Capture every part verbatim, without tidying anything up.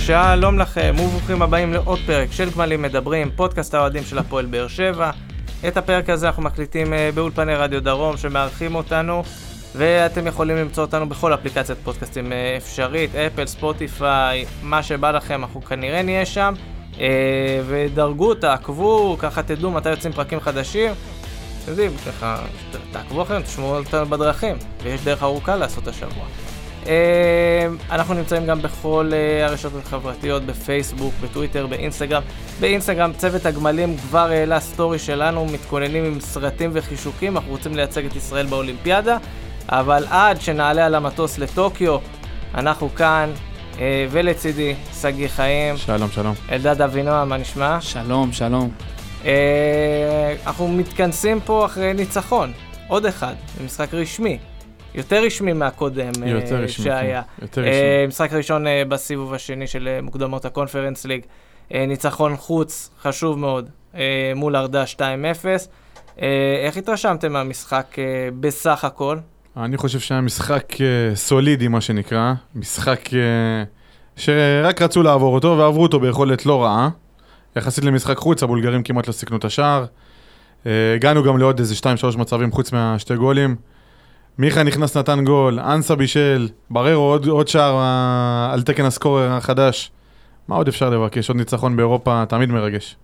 שלום לכם, וברוכים הבאים לעוד פרק של גמלים מדברים, פודקאסט האוהדים של הפועל באר שבע. את הפרק הזה אנחנו מקליטים באולפני רדיו דרום שמארחים אותנו, ואתם יכולים למצוא אותנו בכל אפליקציית פודקאסטים אפשרית, אפל, ספוטיפיי, מה שבא לכם, אנחנו כנראה נהיה שם. ודרגו, תעקבו, ככה תדעו מתי יוצאים פרקים חדשים. אתם יודעים, ככה, תעקבו אחריהם, תשמעו אותנו בדרכים, ויש דרך ארוכה לעשות השבוע. אנחנו נמצאים גם בכל הרשתות החברתיות, בפייסבוק, בטוויטר, באינסטגרם. באינסטגרם צוות הגמלים כבר העלה סטורי שלנו, מתכוננים עם סרטים וחישוקים, אנחנו רוצים לייצג את ישראל באולימפיאדה, אבל עד שנעלה על המטוס לטוקיו, אנחנו כאן, ולצידי, סגי חיים. שלום, שלום. אלדד אבינועם, מה נשמע? שלום, שלום. אנחנו מתכנסים פה אחרי ניצחון, עוד אחד, במשחק רשמי. יותר רשמי מהקודם יותר רשמי, שהיה. יותר רשמי. משחק ראשון בסיבוב השני של מוקדמות הקונפרנס ליג. ניצחון חוץ חשוב מאוד מול ארדה שתיים אפס. איך התרשמתם מהמשחק בסך הכל? אני חושב שהיה משחק סולידי, מה שנקרא. משחק שרק רצו לעבור אותו, ועברו אותו ביכולת לא רעה. יחסית למשחק חוץ, הבולגרים כמעט לא סיכנו את השער. הגענו גם לעוד איזה שתיים שלוש מצבים חוץ מהשתי גולים. מיכה נכנס נתן גול, אנסה בישל, בררו עוד, עוד שער על תקן הסקורר החדש. מה עוד אפשר לבקש? עוד ניצחון באירופה תמיד מרגש.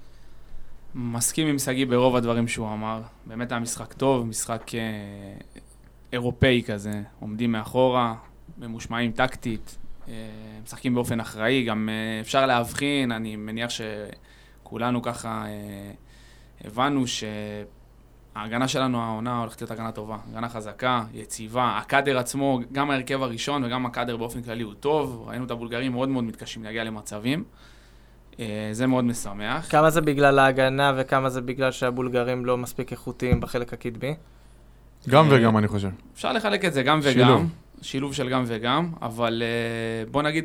מסכים עם סגי ברוב הדברים שהוא אמר. באמת היה משחק טוב, משחק אה, אירופאי כזה. עומדים מאחורה, ממושמעים טקטית, אה, משחקים באופן אחראי. גם אה, אפשר להבחין, אני מניח שכולנו ככה אה, הבנו ש... ההגנה שלנו, העונה, הולכת להיות הגנה טובה. הגנה חזקה, יציבה. הקאדר עצמו, גם ההרכב הראשון וגם הקאדר באופן כללי הוא טוב. ראינו את הבולגרים מאוד מאוד מתקשים להגיע למצבים. זה מאוד משמח. כמה זה בגלל ההגנה וכמה זה בגלל שהבולגרים לא מספיק איכותיים בחלק הקדמי? גם וגם, אני חושב. אפשר לחלק את זה גם וגם. שילוב. שילוב של גם וגם. אבל בוא נגיד...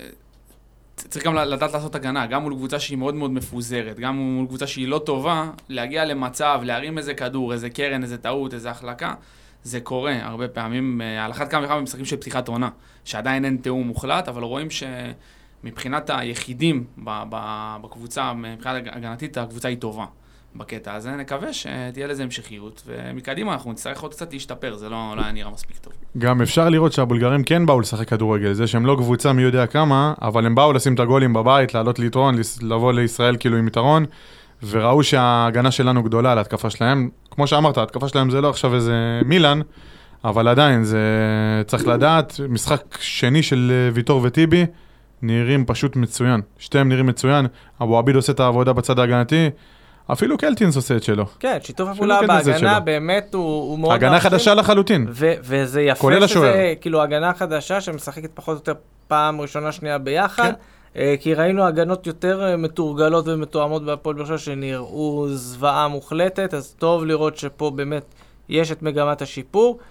צריך גם לדעת לעשות הגנה, גם מול קבוצה שהיא מאוד מאוד מפוזרת, גם מול קבוצה שהיא לא טובה, להגיע למצב, להרים איזה כדור, איזה קרן, איזה טעות, איזה החלקה, זה קורה הרבה פעמים, על אחת כמה וכמה במשחקים של פתיחת עונה, שעדיין אין תיאום מוחלט, אבל רואים שמבחינת היחידים בקבוצה, מבחינת הגנתית, הקבוצה היא טובה בקטע הזה. נקווה שתהיה לזה המשכיות, ומקדימה אנחנו נצטרך עוד קצת להשתפר, זה לא, לא היה נראה מספיק טוב. גם אפשר לראות שהבולגרים כן באו לשחק כדורגל, זה שהם לא קבוצה מי יודע כמה, אבל הם באו לשים את הגולים בבית, לעלות ליתרון, לבוא לישראל כאילו עם יתרון, וראו שההגנה שלנו גדולה על ההתקפה שלהם. כמו שאמרת, ההתקפה שלהם זה לא עכשיו איזה מילאן, אבל עדיין זה צריך לדעת, משחק שני של ויטור וטיבי, נראים פשוט מצוין. שתיהם נראים מצוין, אבו עביד עושה את העבודה בצד ההגנתי, אפילו קלטינס עושה את שלו. כן, שיתוף הפעולה בהגנה באמת הוא מאוד... הגנה חדשה לחלוטין. וזה יפה שזה כאילו הגנה חדשה שמשחקת פחות או יותר פעם ראשונה שנייה ביחד, כי ראינו הגנות יותר מתורגלות ומתואמות בהפועל באר שבע שנראו זוועה מוחלטת, אז טוב לראות שפה באמת יש את מגמת השיפור.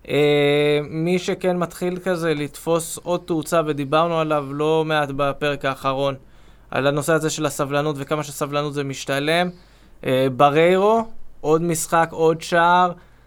מי שכן מתחיל כזה לתפוס עוד תאוצה, ודיברנו עליו לא מעט בפרק האחרון, על הנושא הזה של הסבלנות וכמה שסבלנות זה משתלם. בררו, עוד משחק, עוד שער.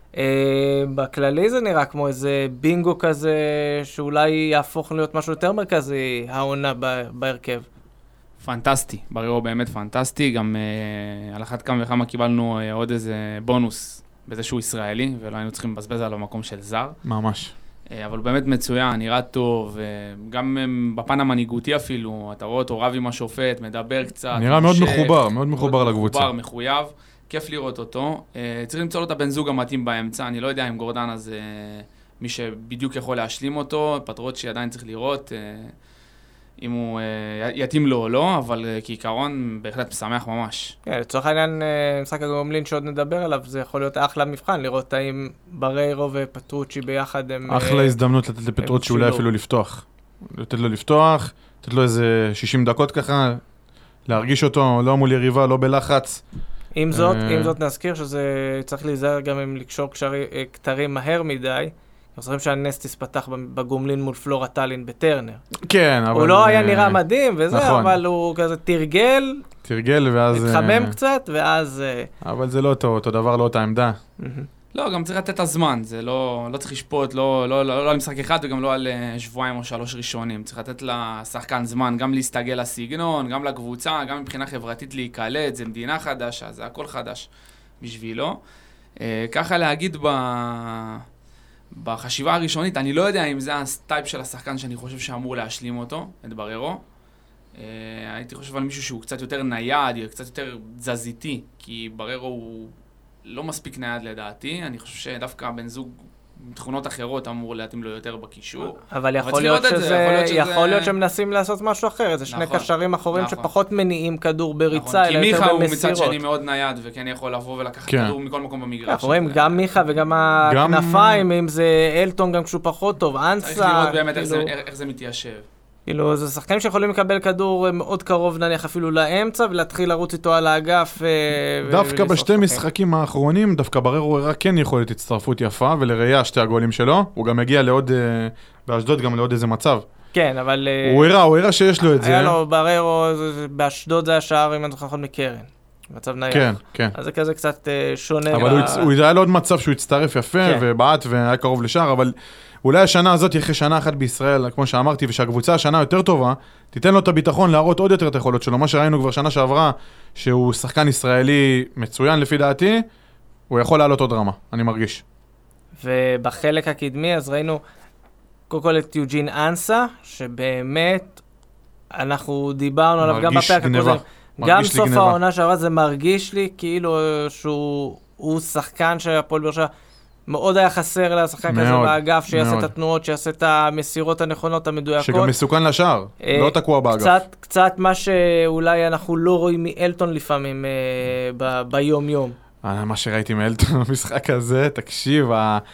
בכללי זה נראה כמו איזה בינגו כזה, שאולי יהפוך להיות משהו יותר מרכזי, העונה בהרכב. פנטסטי, בררו באמת פנטסטי. גם על אחת כמה וכמה קיבלנו עוד איזה בונוס בזה שהוא ישראלי, ולא היינו צריכים לבזבז עליו מקום של זר. ממש. אבל הוא באמת מצוין, נראה טוב, גם בפן המנהיגותי אפילו, אתה רואה אותו רב עם השופט, מדבר קצת. נראה מאוד מחובר, מאוד מחובר לקבוצה. מחובר, מחויב, כיף לראות אותו. צריך למצוא לו את הבן זוג המתאים באמצע, אני לא יודע אם גורדן אז מי שבדיוק יכול להשלים אותו, פטרות שעדיין צריך לראות אם הוא יתאים לו או לא, אבל כעיקרון בהחלט משמח ממש. כן, לצורך העניין, משחק הגומלין שעוד נדבר עליו, זה יכול להיות אחלה מבחן, לראות האם בררו ופטרוצ'י ביחד הם... אחלה הזדמנות לתת לפטרוצ'י אולי אפילו לפתוח. לתת לו לפתוח, לתת לו איזה שישים דקות ככה, להרגיש אותו, לא מול יריבה, לא בלחץ. עם זאת, עם זאת נזכיר שזה צריך להיזהר גם אם לקשור קטרים מהר מדי, אנחנו זוכרים שהנסטיס פתח בגומלין מול פלורה טלין בטרנר. כן, אבל... הוא לא היה נראה מדהים וזה, אבל הוא כזה תרגל. תרגל ואז... התחמם קצת, ואז... אבל זה לא אותו, אותו דבר, לא אותה עמדה. לא, גם צריך לתת את הזמן, זה לא, לא צריך לשפוט, לא, לא, לא, לא על משחק אחד וגם לא על שבועיים או שלוש ראשונים. צריך לתת לשחקן זמן, גם להסתגל לסגנון, גם לקבוצה, גם מבחינה חברתית להיקלט, זה מדינה חדשה, זה הכל חדש בשבילו. ככה להגיד ב... בחשיבה הראשונית, אני לא יודע אם זה הסטייפ של השחקן שאני חושב שאמור להשלים אותו, את בררו. הייתי חושב על מישהו שהוא קצת יותר נייד, קצת יותר תזזיתי, כי בררו הוא לא מספיק נייד לדעתי. אני חושב שדווקא בן זוג תכונות אחרות אמור להתאים לו יותר בקישור. אבל יכול להיות שזה, יכול להיות שמנסים לעשות משהו אחר, זה שני קשרים אחורים שפחות מניעים כדור בריצה, אלא יותר במסירות. כי מיכה הוא מצד שני מאוד נייד, וכן יכול לבוא ולקחת כדור מכל מקום במגרש. אנחנו רואים גם מיכה וגם הכנפיים, אם זה אלטון גם כשהוא פחות טוב, אנסה. צריך לראות באמת איך זה מתיישב. כאילו, זה שחקנים שיכולים לקבל כדור מאוד קרוב, נניח אפילו לאמצע, ולהתחיל לרוץ איתו על האגף. דווקא בשתי משחקים האחרונים, דווקא בררו הראה כן יכולת הצטרפות יפה, ולראייה שתי הגולים שלו, הוא גם הגיע לעוד, באשדוד גם לעוד איזה מצב. כן, אבל... הוא הראה, הוא הראה שיש לו את זה. היה לו בררו, באשדוד זה השער, אם אני זוכר, מקרן. מצב נייח. כן, כן. אז זה כזה קצת שונה. אבל הוא היה לו עוד מצב שהוא הצטרף יפה, ובעט והיה קרוב לשער, אבל... אולי השנה הזאת, אחרי שנה אחת בישראל, כמו שאמרתי, ושהקבוצה השנה יותר טובה, תיתן לו את הביטחון להראות עוד יותר את היכולות שלו. מה שראינו כבר שנה שעברה, שהוא שחקן ישראלי מצוין לפי דעתי, הוא יכול לעלות עוד רמה, אני מרגיש. ובחלק הקדמי, אז ראינו קודם כל את יוג'ין אנסה, שבאמת אנחנו דיברנו עליו גם בפרק הקודם. גם סוף העונה שעברה זה מרגיש לי כאילו שהוא שחקן שהפועל באר שבע מאוד היה חסר לשחקן כזה באגף, שיעשה את התנועות, שיעשה את המסירות הנכונות, המדויקות. שגם מסוכן לשער, לא תקוע באגף. קצת, קצת מה שאולי אנחנו לא רואים מאלטון לפעמים ביום-יום. מה שראיתי מאלטון במשחק הזה, תקשיב,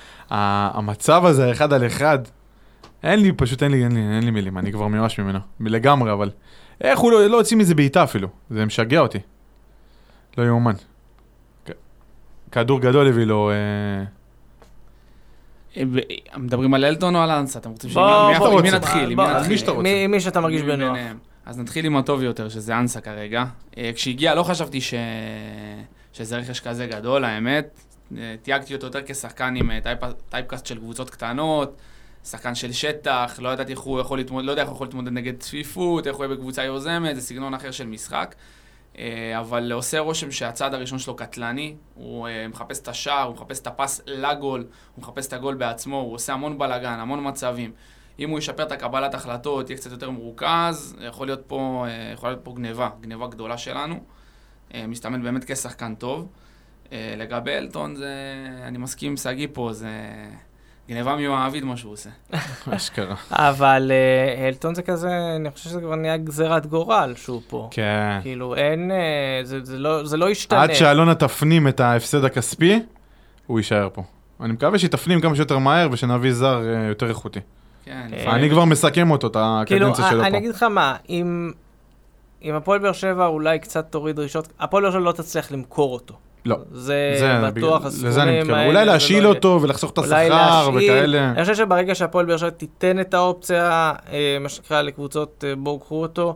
המצב הזה, אחד על אחד, אין לי, פשוט אין לי, אין לי, אין לי מילים, אני כבר מיואש ממנו, לגמרי, אבל איך הוא לא הוציא מזה בעיטה אפילו, זה משגע אותי. לא יאומן. כדור גדול הביא לו... מדברים על אלטון או על אנסה? אתם רוצים שמי נתחיל? מי שאתה מרגיש בנוח. אז נתחיל עם הטוב יותר, שזה אנסה כרגע. כשהגיע לא חשבתי שזה רכש כזה גדול, האמת. תייגתי אותו יותר כשחקן עם טייפקאסט של קבוצות קטנות, שחקן של שטח, לא ידעתי איך הוא יכול להתמודד, לא יודע איך הוא יכול להתמודד נגד צפיפות, איך הוא יהיה בקבוצה יוזמת, זה סגנון אחר של משחק. אבל עושה רושם שהצעד הראשון שלו קטלני, הוא מחפש את השער, הוא מחפש את הפס לגול, הוא מחפש את הגול בעצמו, הוא עושה המון בלגן, המון מצבים. אם הוא ישפר את הקבלת החלטות, יהיה קצת יותר מרוכז, יכול להיות פה, יכול להיות פה גניבה, גניבה גדולה שלנו. מסתמן באמת כשחקן טוב. לגבי אלטון, זה, אני מסכים עם סגי פה, זה גניבה מיועביד מה שהוא עושה. מה שקרה. אבל אלטון זה כזה, אני חושב שזה כבר נהיה גזירת גורל שהוא פה. כן. כאילו אין, זה, זה לא, זה לא ישתנה. עד שאלונה תפנים את ההפסד הכספי, הוא יישאר פה. אני מקווה שתפנים כמה שיותר מהר ושנביא זר יותר איכותי. כן. אני כבר מסכם אותו, את הקדנציה שלו פה. אני אגיד לך מה, אם הפועל באר שבע אולי קצת תוריד דרישות, הפועל באר שבע לא תצליח למכור אותו. לא. זה בטוח הסכומים האלה. אולי להשיל אותו ולחסוך את השכר וכאלה. אני חושב שברגע שהפועל באר שבע תיתן את האופציה, מה שנקרא לקבוצות בואו קחו אותו,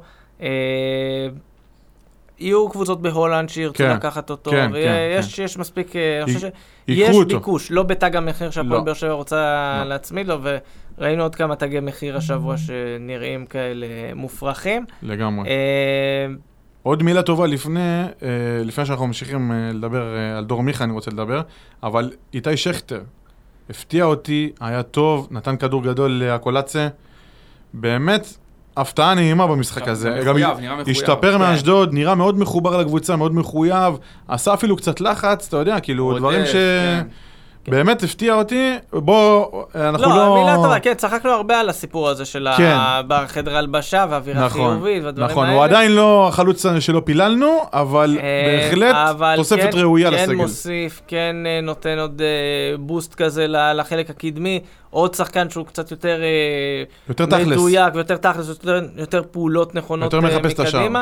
יהיו קבוצות בהולנד שירצו לקחת אותו, ויש מספיק, אני חושב שיש ביקוש, לא בתג המחיר שהפועל באר שבע רוצה להצמיד לו, וראינו עוד כמה תגי מחיר השבוע שנראים כאלה מופרכים. לגמרי. עוד מילה טובה לפני, לפני שאנחנו ממשיכים לדבר על דור מיכה, אני רוצה לדבר, אבל איתי שכטר הפתיע אותי, היה טוב, נתן כדור גדול לאקולציה, באמת הפתעה נעימה במשחק הזה. גם השתפר מאשדוד, נראה מאוד מחובר לקבוצה, מאוד מחויב, עשה אפילו קצת לחץ, אתה יודע, כאילו דברים ש... באמת הפתיע אותי, בוא, אנחנו לא... לא, מילה טובה, כן, צחקנו הרבה על הסיפור הזה של בחדר הלבשה והאווירה חיובית והדברים האלה. נכון, הוא עדיין לא החלוץ שלא פיללנו, אבל בהחלט תוספת ראויה לסגל. כן מוסיף, כן נותן עוד בוסט כזה לחלק הקדמי, עוד שחקן שהוא קצת יותר מדויק ויותר תכלס, יותר פעולות נכונות מקדימה.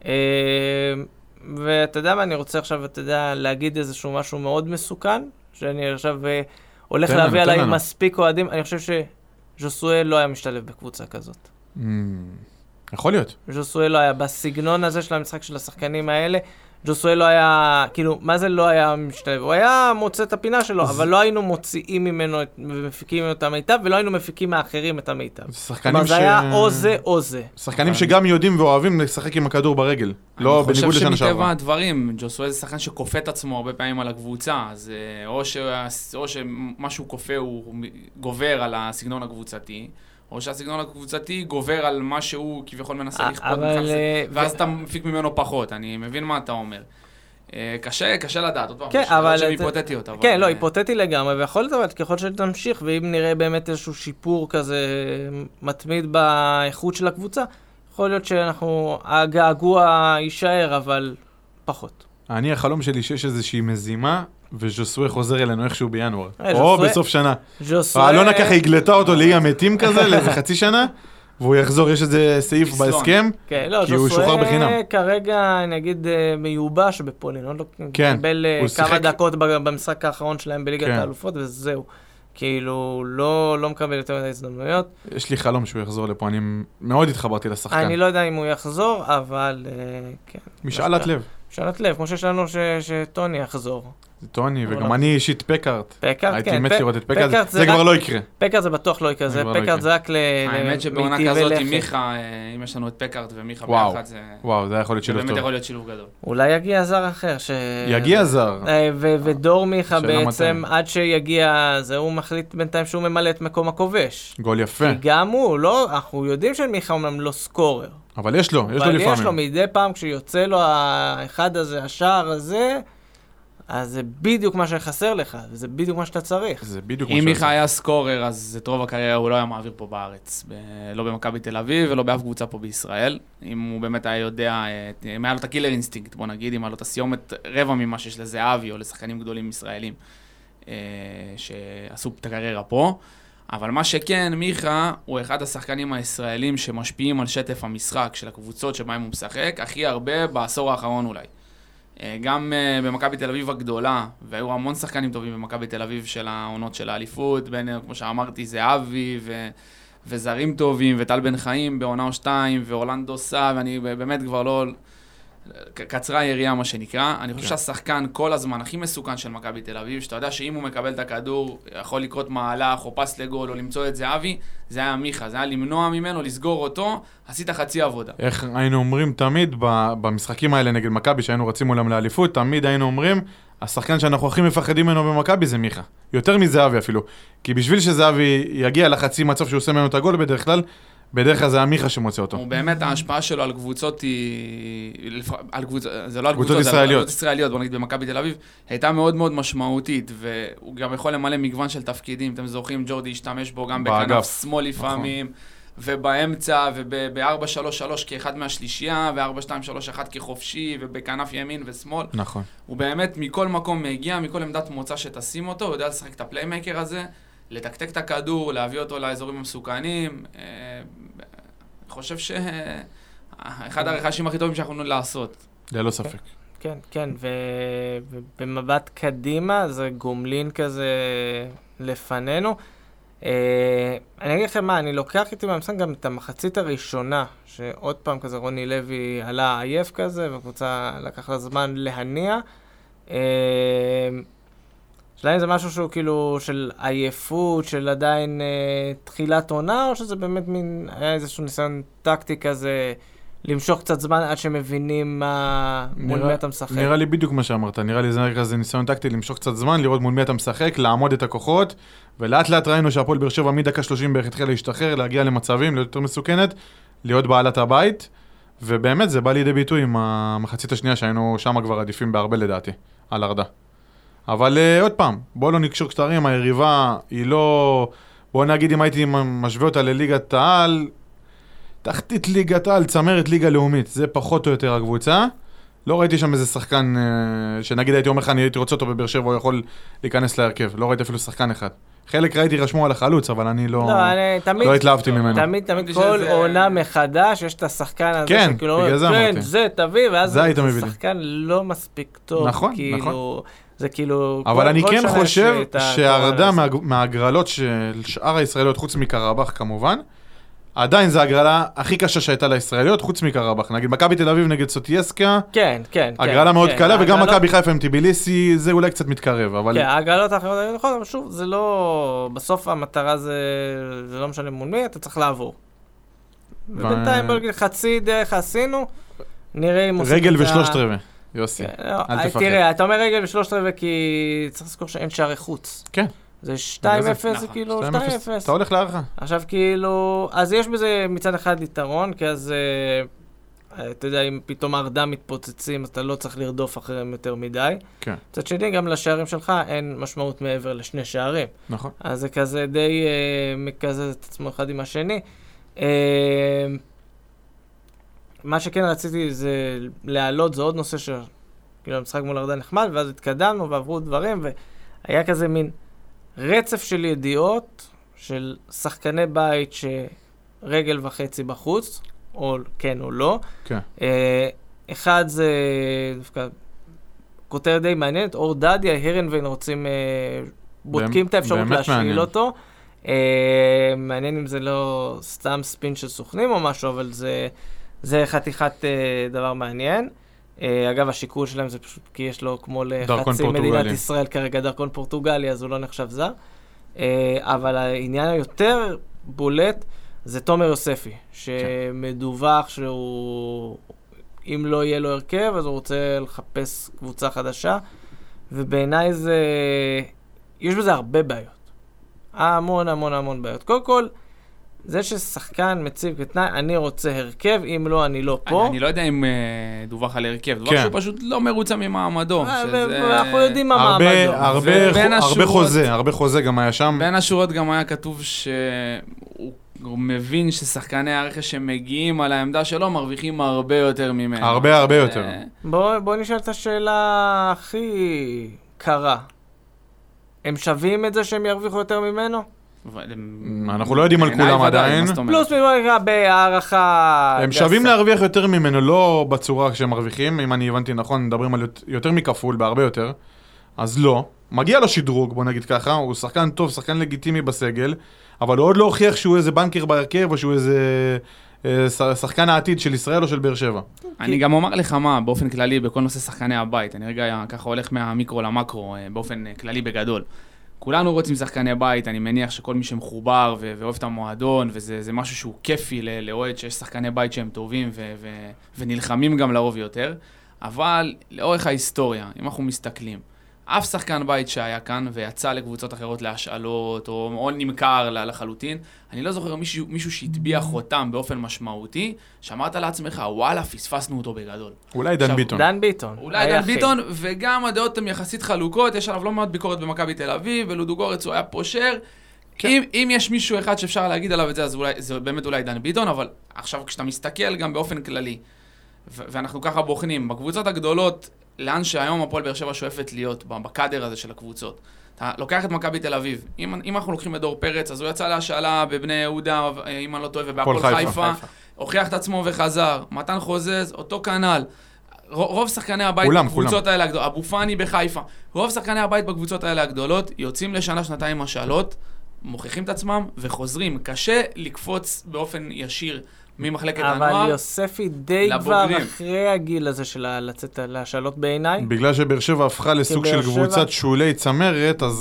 ואתה יודע מה, אני רוצה עכשיו, אתה יודע, להגיד איזשהו משהו מאוד מסוכן, שאני עכשיו הולך להביא עליי מספיק אוהדים, אני חושב שז'וסואל לא היה משתלב בקבוצה כזאת. יכול להיות. ז'וסואל לא היה בסגנון הזה של המשחק של השחקנים האלה, ג'וסואל לא היה, כאילו, מה זה לא היה משתלב? הוא היה מוצא את הפינה שלו, אבל לא היינו מוציאים ממנו ומפיקים ממנו את המיטב, ולא היינו מפיקים מאחרים את המיטב. כלומר, זה היה או זה או זה. שחקנים שגם יודעים ואוהבים לשחק עם הכדור ברגל, לא בניגוד לשנה שעברה. אני חושב שמטבע הדברים, ג'וסואל זה שחקן שכופה את עצמו הרבה פעמים על הקבוצה, אז או שמשהו כופה הוא גובר על הסגנון הקבוצתי, או שהסגנון הקבוצתי גובר על מה שהוא כביכול מנסה לכפות, ואז אתה מפיק ממנו פחות, אני מבין מה אתה אומר. קשה, קשה לדעת, עוד פעם, שאלות שהן היפותטיות. כן, לא, היפותטי לגמרי, ויכול להיות, אבל ככל שתמשיך, ואם נראה באמת איזשהו שיפור כזה מתמיד באיכות של הקבוצה, יכול להיות שאנחנו, הגעגוע יישאר, אבל פחות. אני, החלום שלי שיש איזושהי מזימה, וז'וסואל חוזר אלינו איכשהו בינואר. או בסוף שנה. אלונה ככה הגלתה אותו לאי המתים כזה, לאיזה חצי שנה, והוא יחזור, יש איזה סעיף בהסכם, כי הוא שוחרר בחינם. ג'וסואל כרגע, נגיד, מיובש בפולין, עוד לא קיבל כמה דקות במשחק האחרון שלהם בליגת האלופות, וזהו. כאילו, לא מקבל יותר מדי הזדמנויות. יש לי חלום שהוא יחזור לפה, אני מאוד התחברתי לשחקן. אני לא יודע אם הוא יחזור, אבל כן. משאלת לב. משאלת לב, כמו שיש לנו שטוני יחזור. זה טוני, וגם אני אישית פקארט. פקארט, כן. הייתי מת לראות את פקארט, זה כבר לא יקרה. פקארט זה בטוח לא יקרה, זה פקארט זה רק למיטיבי לכת. האמת שבעונה כזאת עם מיכה, אם יש לנו את פקארט ומיכה ביחד, זה... וואו, זה יכול להיות שילוב טוב. זה באמת יכול להיות שילוב גדול. אולי יגיע זר אחר ש... יגיע זר. ודור מיכה בעצם, עד שיגיע, זה הוא מחליט בינתיים שהוא ממלא את מקום הכובש. גול יפה. כי גם הוא, לא, אנחנו יודעים שמיכה אומנם לא סקורר. אבל יש לו, יש לו לפעמים. אבל יש לו מדי פעם כשיוצא לו האחד הזה, השער הזה, אז זה בדיוק מה שחסר לך, וזה בדיוק מה שאתה צריך. זה בדיוק מה אם מיכה היה סקורר, אז את רוב הקריירה הוא לא היה מעביר פה בארץ. לא במכבי תל אביב ולא באף קבוצה פה בישראל. אם הוא באמת היה יודע, אם היה לו את הקילר אינסטינקט, בוא נגיד, אם היה לו את הסיומת רבע ממה שיש לזהבי או לשחקנים גדולים ישראלים שעשו את הקריירה פה. אבל מה שכן, מיכה הוא אחד השחקנים הישראלים שמשפיעים על שטף המשחק של הקבוצות שבהם הוא משחק, הכי הרבה בעשור האחרון אולי. גם במכבי תל אביב הגדולה, והיו המון שחקנים טובים במכבי תל אביב של העונות של האליפות, בין, כמו שאמרתי, זהבי ו... וזרים טובים, וטל בן חיים בעונה או שתיים, ואורלנדו סא, ואני באמת כבר לא... קצרה היריעה מה שנקרא. אני חושב שהשחקן כל הזמן הכי מסוכן של מכבי תל אביב, שאתה יודע שאם הוא מקבל את הכדור, יכול לקרות מהלך או פס לגול או למצוא את זהבי, זה היה מיכה, זה היה למנוע ממנו, לסגור אותו, עשית חצי עבודה. איך היינו אומרים תמיד במשחקים האלה נגד מכבי, שהיינו רצים מולם לאליפות, תמיד היינו אומרים, השחקן שאנחנו הכי מפחדים ממנו במכבי זה מיכה. יותר מזהבי אפילו. כי בשביל שזהבי יגיע לחצי מצב שהוא עושה ממנו את הגול בדרך כלל, בדרך כלל זה המיכה שמוצא אותו. הוא באמת, ההשפעה שלו על קבוצות היא... על קבוצות, זה לא על קבוצות ישראליות. קבוצות ישראליות, בוא נגיד במכבי תל אביב, הייתה מאוד מאוד משמעותית, והוא גם יכול למלא מגוון של תפקידים. אתם זוכרים, ג'ורדי השתמש בו גם בכנף שמאל לפעמים, ובאמצע, וב-ארבע שלוש שלוש כאחד מהשלישייה, ו-ארבע שתיים שלוש אחת כחופשי, ובכנף ימין ושמאל. נכון. הוא באמת מכל מקום מגיע, מכל עמדת מוצא שתשים אותו, הוא יודע לשחק את הפליימייקר הזה, לתקתק את הכדור, להביא אותו לאזורים המסוכנים. אני חושב שאחד הרכשים הכי טובים שאנחנו לעשות. ללא ספק. כן, כן, ובמבט קדימה זה גומלין כזה לפנינו. אני אגיד לכם מה, אני לוקח איתי מהמשחק גם את המחצית הראשונה, שעוד פעם כזה רוני לוי עלה עייף כזה, והקבוצה לקח לה זמן להניע. שלהם זה משהו שהוא כאילו של עייפות, של עדיין אה, תחילת עונה, או שזה באמת מין, היה איזשהו ניסיון טקטי כזה, למשוך קצת זמן עד שמבינים מה, מול מי אתה משחק? נראה לי בדיוק מה שאמרת, נראה לי זה כזה ניסיון טקטי, למשוך קצת זמן, לראות מול מי אתה משחק, לעמוד את הכוחות, ולאט לאט ראינו שהפועל באר שבע מדקה שלושים בערך התחילה להשתחרר, להגיע למצבים, להיות יותר מסוכנת, להיות בעלת הבית, ובאמת זה בא לידי ביטוי עם המחצית השנייה שהיינו שם כבר עדיפים בהרבה לדעתי, על ארדה. אבל uh, עוד פעם, בואו לא נקשור קשתרים, היריבה היא לא... בואו נגיד אם הייתי משווה אותה לליגת העל, תחתית ליגת העל, צמרת ליגה לאומית, זה פחות או יותר הקבוצה. לא ראיתי שם איזה שחקן, uh, שנגיד הייתי אומר לך, אני הייתי רוצה אותו בבאר שבע, הוא יכול להיכנס להרכב. לא ראיתי אפילו שחקן אחד. חלק ראיתי רשמו על החלוץ, אבל אני לא... לא, אני תמיד... לא התלהבתי ממנו. תמיד, תמיד כל עונה מחדש, יש את השחקן הזה, כן, שכאילו, בגלל זה אמרתי. כן, זה תביא, ואז זה היית זה שחקן לא מספיק טוב. נכון, כאילו, נכון. זה כאילו... אבל כל, אני כל כן חושב שהרדה מה... מה, מהגרלות של שאר הישראליות, חוץ מקרבח כמובן, עדיין זו הגרלה הכי קשה שהייתה לישראליות, חוץ מקרבח. נגיד, מכבי תל אביב נגד סוטייסקה, כן, כן. הגרלה מאוד כן, קלה, וגם הגרלות... מכבי חיפה עם טיביליסי, זה אולי קצת מתקרב, אבל... כן, הגרלות האחרות היו נכון, אבל שוב, זה לא... בסוף המטרה זה, זה לא משנה מול מי, אתה צריך לעבור. ו... ובינתיים, בוא נגיד, חצי דרך עשינו, נראה אם... רגל ושלושת רבעי, יוסי, כן, אל תפחד. תראה, אתה אומר רגל ושלושת רבעי, כי צריך לזכור שאין שערי חוץ. כן. זה שתיים אפס, זה כאילו שתיים אפס. אתה הולך להערכה. עכשיו כאילו, אז יש בזה מצד אחד יתרון, כי אז, אתה יודע, אם פתאום ארדם מתפוצצים, אז אתה לא צריך לרדוף אחריהם יותר מדי. כן. מצד שני, גם לשערים שלך אין משמעות מעבר לשני שערים. נכון. אז זה כזה די מקזז את עצמו אחד עם השני. מה שכן רציתי זה להעלות, זה עוד נושא ש... כאילו, המשחק מול ארדן נחמד, ואז התקדמנו ועברו דברים, והיה כזה מין... רצף של ידיעות של שחקני בית שרגל וחצי בחוץ, או כן או לא. כן. אחד זה דווקא כותר די מעניינת, אור דדיה, הרנווין רוצים, בודקים את האפשרות להשאיל אותו. מעניין אם זה לא סתם ספין של סוכנים או משהו, אבל זה חתיכת דבר מעניין. אגב, השיקול שלהם זה פשוט כי יש לו כמו לחצי מדינת ישראל כרגע דרכון פורטוגלי, אז הוא לא נחשב זר. אבל העניין היותר בולט זה תומר יוספי, שמדווח שהוא, אם לא יהיה לו הרכב, אז הוא רוצה לחפש קבוצה חדשה, ובעיניי זה, יש בזה הרבה בעיות. המון המון המון בעיות. קודם כל, זה ששחקן מציב כתנאי, אני רוצה הרכב, אם לא, אני לא פה. אני, אני לא יודע אם uh, דווח על הרכב, דווח כן. שהוא פשוט לא מרוצה ממעמדו. שזה... אנחנו יודעים מה מעמדו. הרבה, הרבה, הרבה חוזה, הרבה חוזה גם היה שם. בין השורות גם היה כתוב שהוא מבין ששחקני הרכש שמגיעים על העמדה שלו, מרוויחים הרבה יותר ממנו. הרבה הרבה יותר. בוא, בוא נשאל את השאלה הכי קרה. הם שווים את זה שהם ירוויחו יותר ממנו? אנחנו לא יודעים על כולם עדיין. פלוס מלא בהערכה... הם שווים להרוויח יותר ממנו, לא בצורה שהם מרוויחים. אם אני הבנתי נכון, מדברים על יותר מכפול, בהרבה יותר. אז לא. מגיע לו שדרוג, בוא נגיד ככה. הוא שחקן טוב, שחקן לגיטימי בסגל, אבל הוא עוד לא הוכיח שהוא איזה בנקר בהרכב, או שהוא איזה שחקן העתיד של ישראל או של באר שבע. אני גם אומר לך מה, באופן כללי, בכל נושא שחקני הבית. אני רגע ככה הולך מהמיקרו למקרו, באופן כללי בגדול. כולנו רוצים שחקני בית, אני מניח שכל מי שמחובר ו- ואוהב את המועדון, וזה זה משהו שהוא כיפי לאוהד שיש שחקני בית שהם טובים ו- ו- ונלחמים גם לרוב יותר, אבל לאורך ההיסטוריה, אם אנחנו מסתכלים, אף שחקן בית שהיה כאן ויצא לקבוצות אחרות להשאלות או, או נמכר לחלוטין, אני לא זוכר מישהו, מישהו שהטביע חותם באופן משמעותי, שאמרת לעצמך, וואלה, פספסנו אותו בגדול. אולי דן ביטון. דן ביטון. אולי דן ביטון, וגם הדעות הן יחסית חלוקות, יש עליו לא מעט ביקורת במכבי תל אביב, ולודוגורץ הוא היה פושר. כן. אם, אם יש מישהו אחד שאפשר להגיד עליו את זה, אז אולי, זה באמת אולי דן ביטון, אבל עכשיו כשאתה מסתכל גם באופן כללי, ו- ואנחנו ככה בוחנים, בקבוצות הגדולות, לאן שהיום הפועל באר שבע שואפת להיות, בקאדר הזה של הקבוצות. אתה לוקח את מכבי תל אביב. אם, אם אנחנו לוקחים את דור פרץ, אז הוא יצא להשאלה בבני יהודה, אם אני לא טועה, ובהפועל חיפה, חיפה. הוכיח את עצמו וחזר. מתן חוזז, אותו כנל. רוב שחקני הבית כולם, בקבוצות כולם. האלה הגדולות, אבו פאני בחיפה, רוב שחקני הבית בקבוצות האלה הגדולות, יוצאים לשנה, שנתיים השאלות, מוכיחים את עצמם וחוזרים. קשה לקפוץ באופן ישיר ממחלקת הנוער. אבל יוספי די כבר אחרי הגיל הזה של לצאת להשאלות בעיניי. בגלל שבאר שבע הפכה לסוג של קבוצת שולי צמרת, אז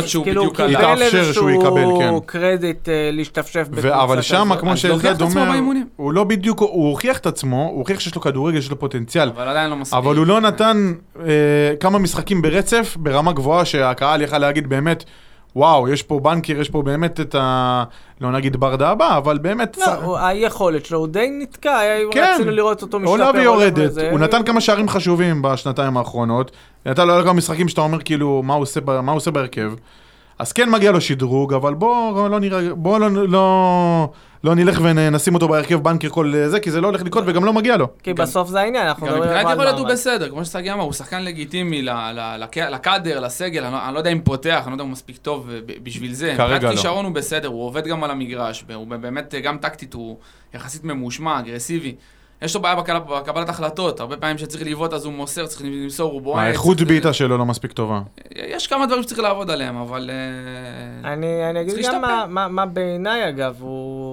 יתאפשר שהוא יקבל, כן. קרדיט להשתפשף בקבוצת הזאת. אבל שם, כמו שאלדד אומר, הוא לא בדיוק, הוא הוכיח את עצמו, הוא הוכיח שיש לו כדורגל, שיש לו פוטנציאל. אבל עדיין לא מספיק. אבל הוא לא נתן כמה משחקים ברצף, ברמה גבוהה, שהקהל יכל להגיד באמת, וואו, יש פה בנקר, יש פה באמת את ה... לא נגיד ברדה הבא, אבל באמת... לא, היכולת שלו, הוא די נתקע, רצינו לראות אותו משתפר. עולה ויורדת, הוא נתן כמה שערים חשובים בשנתיים האחרונות, נתן לו כמה משחקים שאתה אומר כאילו, מה הוא עושה בהרכב, אז כן מגיע לו שדרוג, אבל בוא לא נראה, בוא לא... לא נלך ונשים אותו בהרכב בנקר כל זה, כי זה לא הולך לקרות וגם לא מגיע לו. כי בסוף זה העניין, אנחנו מדברים על... גם מבחינת יכולת הוא בסדר, כמו שסגי אמר, הוא שחקן לגיטימי לקאדר, לסגל, אני לא יודע אם פותח, אני לא יודע אם הוא מספיק טוב בשביל זה. כרגע לא. כישרון הוא בסדר, הוא עובד גם על המגרש, הוא באמת גם טקטית, הוא יחסית ממושמע, אגרסיבי. יש לו בעיה בקבלת החלטות, הרבה פעמים שצריך לבעוט אז הוא מוסר, צריך למסור, הוא בועט. האיכות בעיטה שלו לא מספיק טובה. יש כמה דברים שצריך לעבוד עליהם, אבל... אני אגיד גם מה בעיניי, אגב, הוא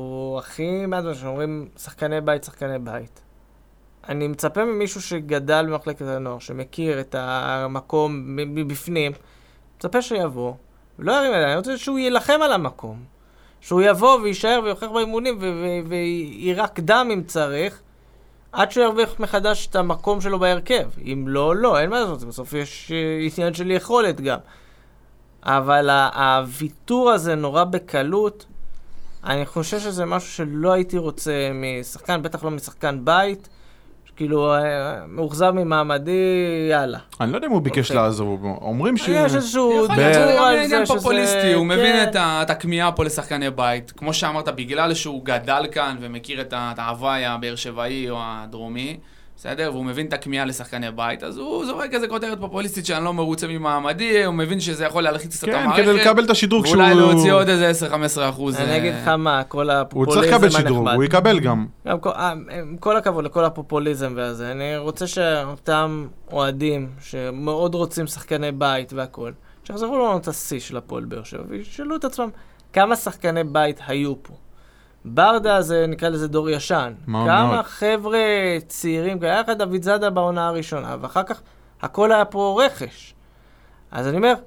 הכי מעט שאומרים שחקני בית, שחקני בית. אני מצפה ממישהו שגדל במחלקת הנוער, שמכיר את המקום מבפנים, מצפה שיבוא, ולא ירים ידיים, אני רוצה שהוא ילחם על המקום. שהוא יבוא וישאר ויוכח באימונים וירק דם אם צריך, עד שהוא ירוויח מחדש את המקום שלו בהרכב. אם לא, לא, אין מה לעשות, בסוף יש עניין של יכולת גם. אבל הוויתור הזה נורא בקלות, אני חושב שזה משהו שלא הייתי רוצה משחקן, בטח לא משחקן בית, כאילו, מאוחזב ממעמדי, יאללה. אני לא יודע אם הוא ביקש לעזוב, אומרים שהוא... יש איזשהו... יכול להיות שזה גם עניין פופוליסטי, הוא מבין את הכמיהה פה לשחקני בית. כמו שאמרת, בגלל שהוא גדל כאן ומכיר את ההוואי הבאר שבעי או הדרומי, בסדר? והוא מבין את הכמיהה לשחקני בית, אז הוא זורק איזה כותרת פופוליסטית שאני לא מרוצה ממעמדי, הוא מבין שזה יכול להלחיץ את המערכת. כן, כדי לקבל את השדרוג שהוא... ואולי להוציא עוד איזה עשר עד חמש עשרה אחוז. אני אגיד לך מה, כל הפופוליזם הוא צריך לקבל שדרוג, הוא יקבל גם. גם כל הכבוד לכל הפופוליזם והזה, אני רוצה שאותם אוהדים שמאוד רוצים שחקני בית והכל, שיחזרו לנו את השיא של הפועל באר שבע, וישאלו את עצמם כמה שחקני בית היו פה. ברדה זה נקרא לזה דור ישן. כמה מאוד. חבר'ה צעירים, היה לך דוד זאדה בעונה הראשונה, ואחר כך הכל היה פה רכש. אז אני אומר,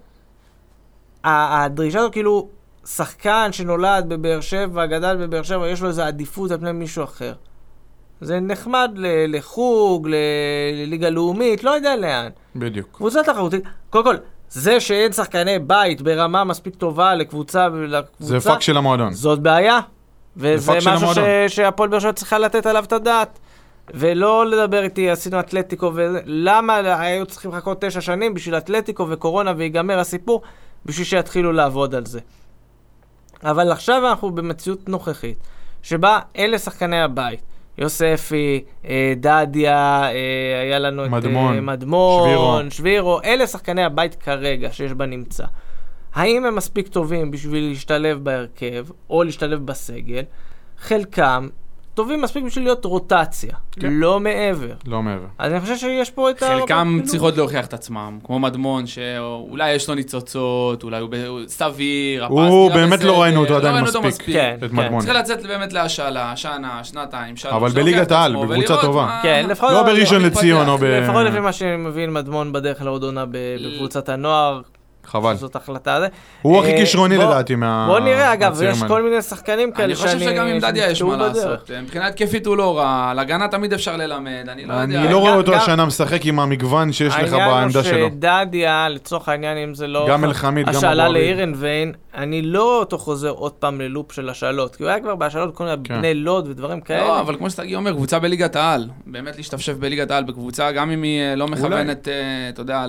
הדרישה הזו כאילו, שחקן שנולד בבאר שבע, גדל בבאר שבע, יש לו איזו עדיפות על פני מישהו אחר. זה נחמד לחוג, לליגה לאומית, לא יודע לאן. בדיוק. קבוצה תחרותית. קודם כל, זה שאין שחקני בית ברמה מספיק טובה לקבוצה, זה פאק של המועדון. זאת בעיה. וזה משהו ש... שהפועל באר שבע צריכה לתת עליו את הדעת. ולא לדבר איתי, עשינו אתלטיקו, ולמה היו צריכים לחכות תשע שנים בשביל אתלטיקו וקורונה ויגמר הסיפור, בשביל שיתחילו לעבוד על זה. אבל עכשיו אנחנו במציאות נוכחית, שבה אלה שחקני הבית. יוספי, דדיה, היה לנו מדמון, את מדמון, שבירו. שבירו, אלה שחקני הבית כרגע שיש בנמצא. האם הם מספיק טובים בשביל להשתלב בהרכב, או להשתלב בסגל? חלקם טובים מספיק בשביל להיות רוטציה, כן. לא מעבר. לא מעבר. אז אני חושב שיש פה את ה... חלקם צריכות להוכיח את עצמם, כמו מדמון, שאולי יש לו ניצוצות, אולי הוא סביר, הוא באמת לא ראינו אותו עדיין מספיק. כן, כן. צריך לצאת באמת להשאלה, שנה, שנתיים, שלוש. אבל בליגת העל, בקבוצה טובה. כן, לא בראשון לציון או ב... לפחות לפי מה שמבין מדמון בדרך לעודונה בקבוצת הנוער, חבל. זאת החלטה הזה. הוא הכי כישרוני לדעתי מה... בוא נראה, אגב, יש כל מיני שחקנים כאלה שאני... אני חושב שגם עם דדיה יש מה לעשות. מבחינת כיפית הוא לא רע, להגנה תמיד אפשר ללמד, אני לא יודע. אני לא רואה אותו השנה משחק עם המגוון שיש לך בעמדה שלו. העניין הוא שדדיה, לצורך העניין, אם זה לא... גם מלחמית, גם השאלה לאירן ויין, אני לא אותו חוזר עוד פעם ללופ של השאלות, כי הוא היה כבר בהשאלות כל מיני בני לוד ודברים כאלה. לא, אבל כמו שתגיע אומר, קבוצה בליגת העל, באמת להשתפשף בליגת העל בקבוצה, גם אם היא לא מכוונת, אתה יודע,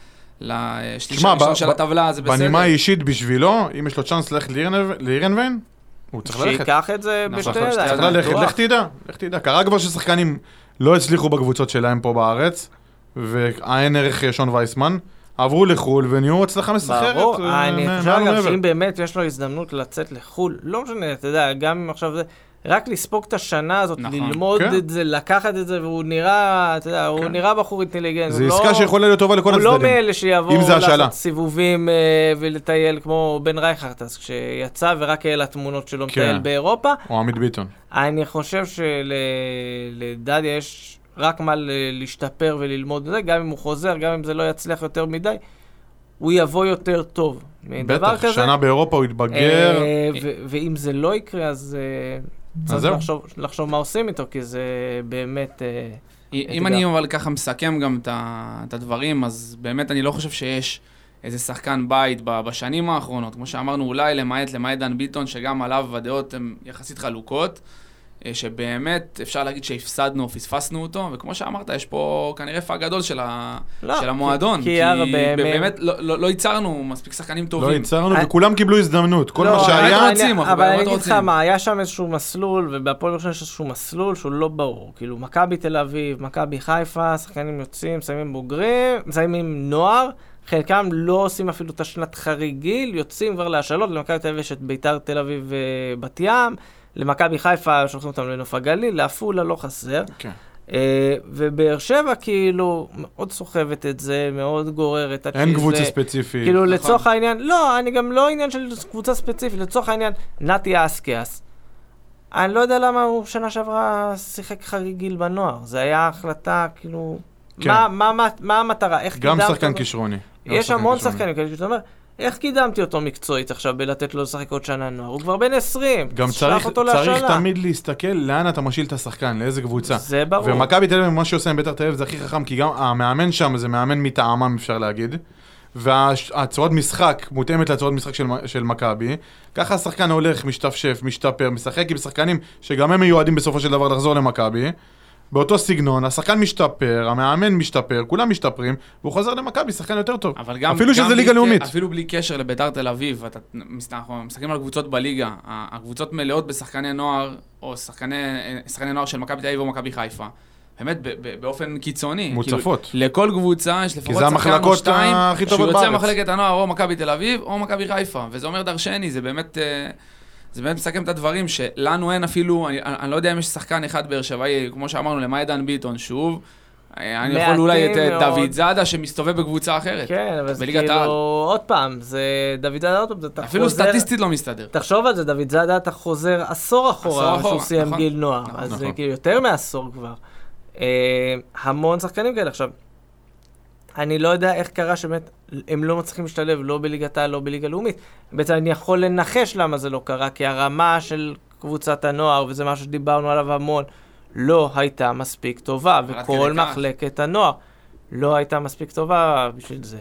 לשלישה ראשון של הטבלה, זה בסדר. בנימה אישית בשבילו, אם יש לו צ'אנס ללכת לאירן ויין, הוא צריך ללכת. שיקח את זה בשתי ידיים. צריך ללכת, לך תדע, לך תדע. קרה כבר ששחקנים לא הצליחו בקבוצות שלהם פה בארץ, והאין ערך שון וייסמן, עברו לחול ונהיו הצלחה מסחררת. ברור, אני חושב אגב שאם באמת יש לו הזדמנות לצאת לחול, לא משנה, אתה יודע, גם אם עכשיו זה... רק לספוק את השנה הזאת, נכון. ללמוד כן. את זה, לקחת את זה, והוא נראה, אתה יודע, כן. הוא נראה בחור אינטליגנט. זה עסקה לא, שיכולה להיות טובה לכל הצדדים. הוא לא מאלה שיבואו לעשות סיבובים uh, ולטייל כמו בן רייכרט, אז כשיצא ורק אלה התמונות שלו כן. מטייל באירופה. או עמית ביטון. אני חושב שלדדיה יש רק מה להשתפר וללמוד את זה, גם אם הוא חוזר, גם אם זה לא יצליח יותר מדי, הוא יבוא יותר טוב. בטח, שנה באירופה הוא יתבגר. ואם זה לא יקרה, אז... צריך לחשוב, לחשוב מה עושים איתו, כי זה באמת... אם אני אבל ככה מסכם גם את הדברים, אז באמת אני לא חושב שיש איזה שחקן בית בשנים האחרונות. כמו שאמרנו, אולי למעט למעט דן ביטון, שגם עליו הדעות הן יחסית חלוקות, שבאמת אפשר להגיד שהפסדנו, פספסנו אותו, וכמו שאמרת, יש פה כנראה פאק גדול של, ה... לא, של המועדון, כי, כי באמת לא, לא, לא ייצרנו מספיק שחקנים טובים. לא ייצרנו, I... וכולם קיבלו הזדמנות, כל לא, מה שהיה... רוצים, אני, אבל אני אגיד לך מה, היה שם איזשהו מסלול, ובהפועל יש איזשהו מסלול שהוא לא ברור, כאילו מכבי תל אביב, מכבי חיפה, שחקנים יוצאים, מסיימים בוגרים, מסיימים נוער, חלקם לא עושים אפילו את השנת חריגיל, יוצאים כבר להשאלות, למכבי תל אביב יש את ביתר תל אביב בת ים, למכבי חיפה שולחים אותם לנוף הגליל, לעפולה לא חסר. Okay. ובאר שבע כאילו מאוד סוחבת את זה, מאוד גוררת. אין קבוצה ספציפית. כאילו לצורך העניין, לא, אני גם לא עניין של קבוצה ספציפית, לצורך העניין, נתי אסקיאס. אני לא יודע למה הוא שנה שעברה שיחק חריגיל בנוער. זה היה החלטה, כאילו... כן. מה, מה, מה, מה המטרה? איך גם קידמת שחקן אותו? כישרוני. יש המון שחקנים כאלה שאתה אומר, איך קידמתי אותו מקצועית עכשיו בלתת לו לשחק עוד שנה נוער? הוא כבר בן עשרים, גם צריך, צריך תמיד להסתכל לאן אתה משיל את השחקן, לאיזה קבוצה. זה ברור. ומכבי תל אביב, מה שעושה עם בית"ר תל אביב זה הכי חכם, כי גם המאמן שם זה מאמן מטעמם, אפשר להגיד. והצורת משחק מותאמת לצורת משחק של, של מכבי. ככה השחקן הולך, משתפשף, משתפר, משחק עם שחקנים שגם הם מיועדים בסופו של דבר לחזור למכבי. באותו סגנון, השחקן משתפר, המאמן משתפר, כולם משתפרים, והוא חוזר למכבי, שחקן יותר טוב. אבל גם, אפילו גם שזה ליגה לאומית. אפילו בלי קשר לבית"ר תל אביב, אתה מסתכלים על קבוצות בליגה, הקבוצות מלאות בשחקני נוער, או שחקני, שחקני נוער של מכבי תל אביב או מכבי חיפה. באמת, באופן קיצוני. מוצפות. כאילו, לכל קבוצה יש לפחות שחקן או שתיים, שהוא יוצא מחלקת הנוער או מכבי תל אביב או מכבי חיפה. וזה אומר דרשני, זה באמת... זה באמת מסכם את הדברים שלנו אין אפילו, אני, אני לא יודע אם יש שחקן אחד באר שבעי, כמו שאמרנו, למעט דן ביטון, שוב, אני יכול אולי את מאוד... דוד זאדה שמסתובב בקבוצה אחרת. כן, אבל זה כאילו, העל. עוד פעם, זה דוד זאדה עוד פעם, אתה אפילו חוזר... סטטיסטית לא מסתדר. תחשוב על זה, דוד זאדה, אתה חוזר עשור אחורה, שהוא סיים נכון, גיל נוער, נכון, אז נכון. זה כאילו יותר מעשור כבר. אה, המון שחקנים כאלה. עכשיו, אני לא יודע איך קרה שבאמת הם לא מצליחים להשתלב, לא בליגתה, לא בליגה לאומית. בעצם אני יכול לנחש למה זה לא קרה, כי הרמה של קבוצת הנוער, וזה משהו שדיברנו עליו המון, לא הייתה מספיק טובה, וכל מחלקת הנוער לא הייתה מספיק טובה בשביל זה.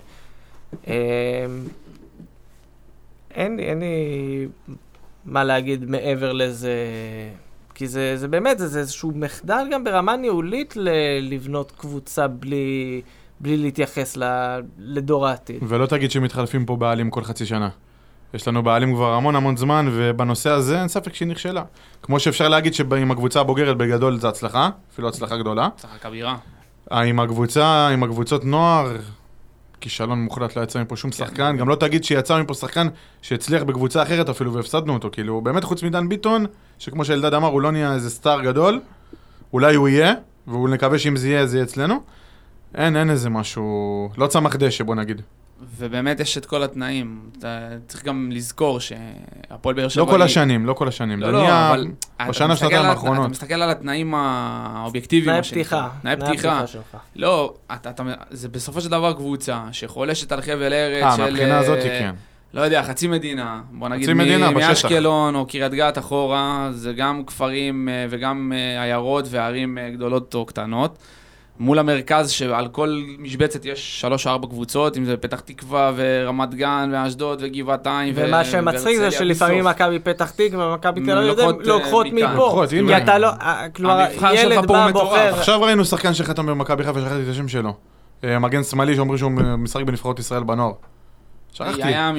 אין לי, אין לי מה להגיד מעבר לזה, כי זה, זה באמת, זה, זה איזשהו מחדל גם ברמה ניהולית ל- לבנות קבוצה בלי... בלי להתייחס לדור העתיד. ולא תגיד שמתחלפים פה בעלים כל חצי שנה. יש לנו בעלים כבר המון המון זמן, ובנושא הזה אין ספק שהיא נכשלה. כמו שאפשר להגיד שעם הקבוצה הבוגרת בגדול זה הצלחה, אפילו הצלחה גדולה. הצלחה כבירה. עם הקבוצה, עם הקבוצות נוער, כישלון מוחלט, לא יצא מפה שום שחקן. גם לא תגיד שיצא מפה שחקן שהצליח בקבוצה אחרת אפילו והפסדנו אותו. כאילו, באמת חוץ מדן ביטון, שכמו שאלדד אמר, הוא לא נהיה איזה סטאר גדול. אולי הוא יהיה, והוא נקווה שאם זה יהיה, זה יהיה אצלנו. אין, אין איזה משהו, לא צמח דשא, בוא נגיד. ובאמת יש את כל התנאים. אתה צריך גם לזכור שהפועל באר שבע... לא כל השנים, לא כל השנים. לא, לא, אבל... בשנה שנתיים האחרונות. אתה מסתכל על התנאים האובייקטיביים. תנאי פתיחה. תנאי פתיחה. לא, זה בסופו של דבר קבוצה שחולשת על חבל ארץ של... אה, מהבחינה הזאת כן. לא יודע, חצי מדינה, בוא נגיד מאשקלון או קריית גת אחורה, זה גם כפרים וגם עיירות וערים גדולות או קטנות. מול המרכז שעל כל משבצת יש שלוש ארבע קבוצות, אם זה פתח תקווה ורמת גן ואשדוד וגבעתיים והרצליה. ומה שמצחיק זה שלפעמים מכבי פתח תקווה ומכבי תל אביב לוקחות מפה. כי אתה לא, כלומר, ילד בא בוחר. עכשיו ראינו שחקן שחתם במכבי חיפה ושכחתי את השם שלו. מגן שמאלי שאומרים שהוא משחק בנבחרות ישראל בנוער. שכחתי. היה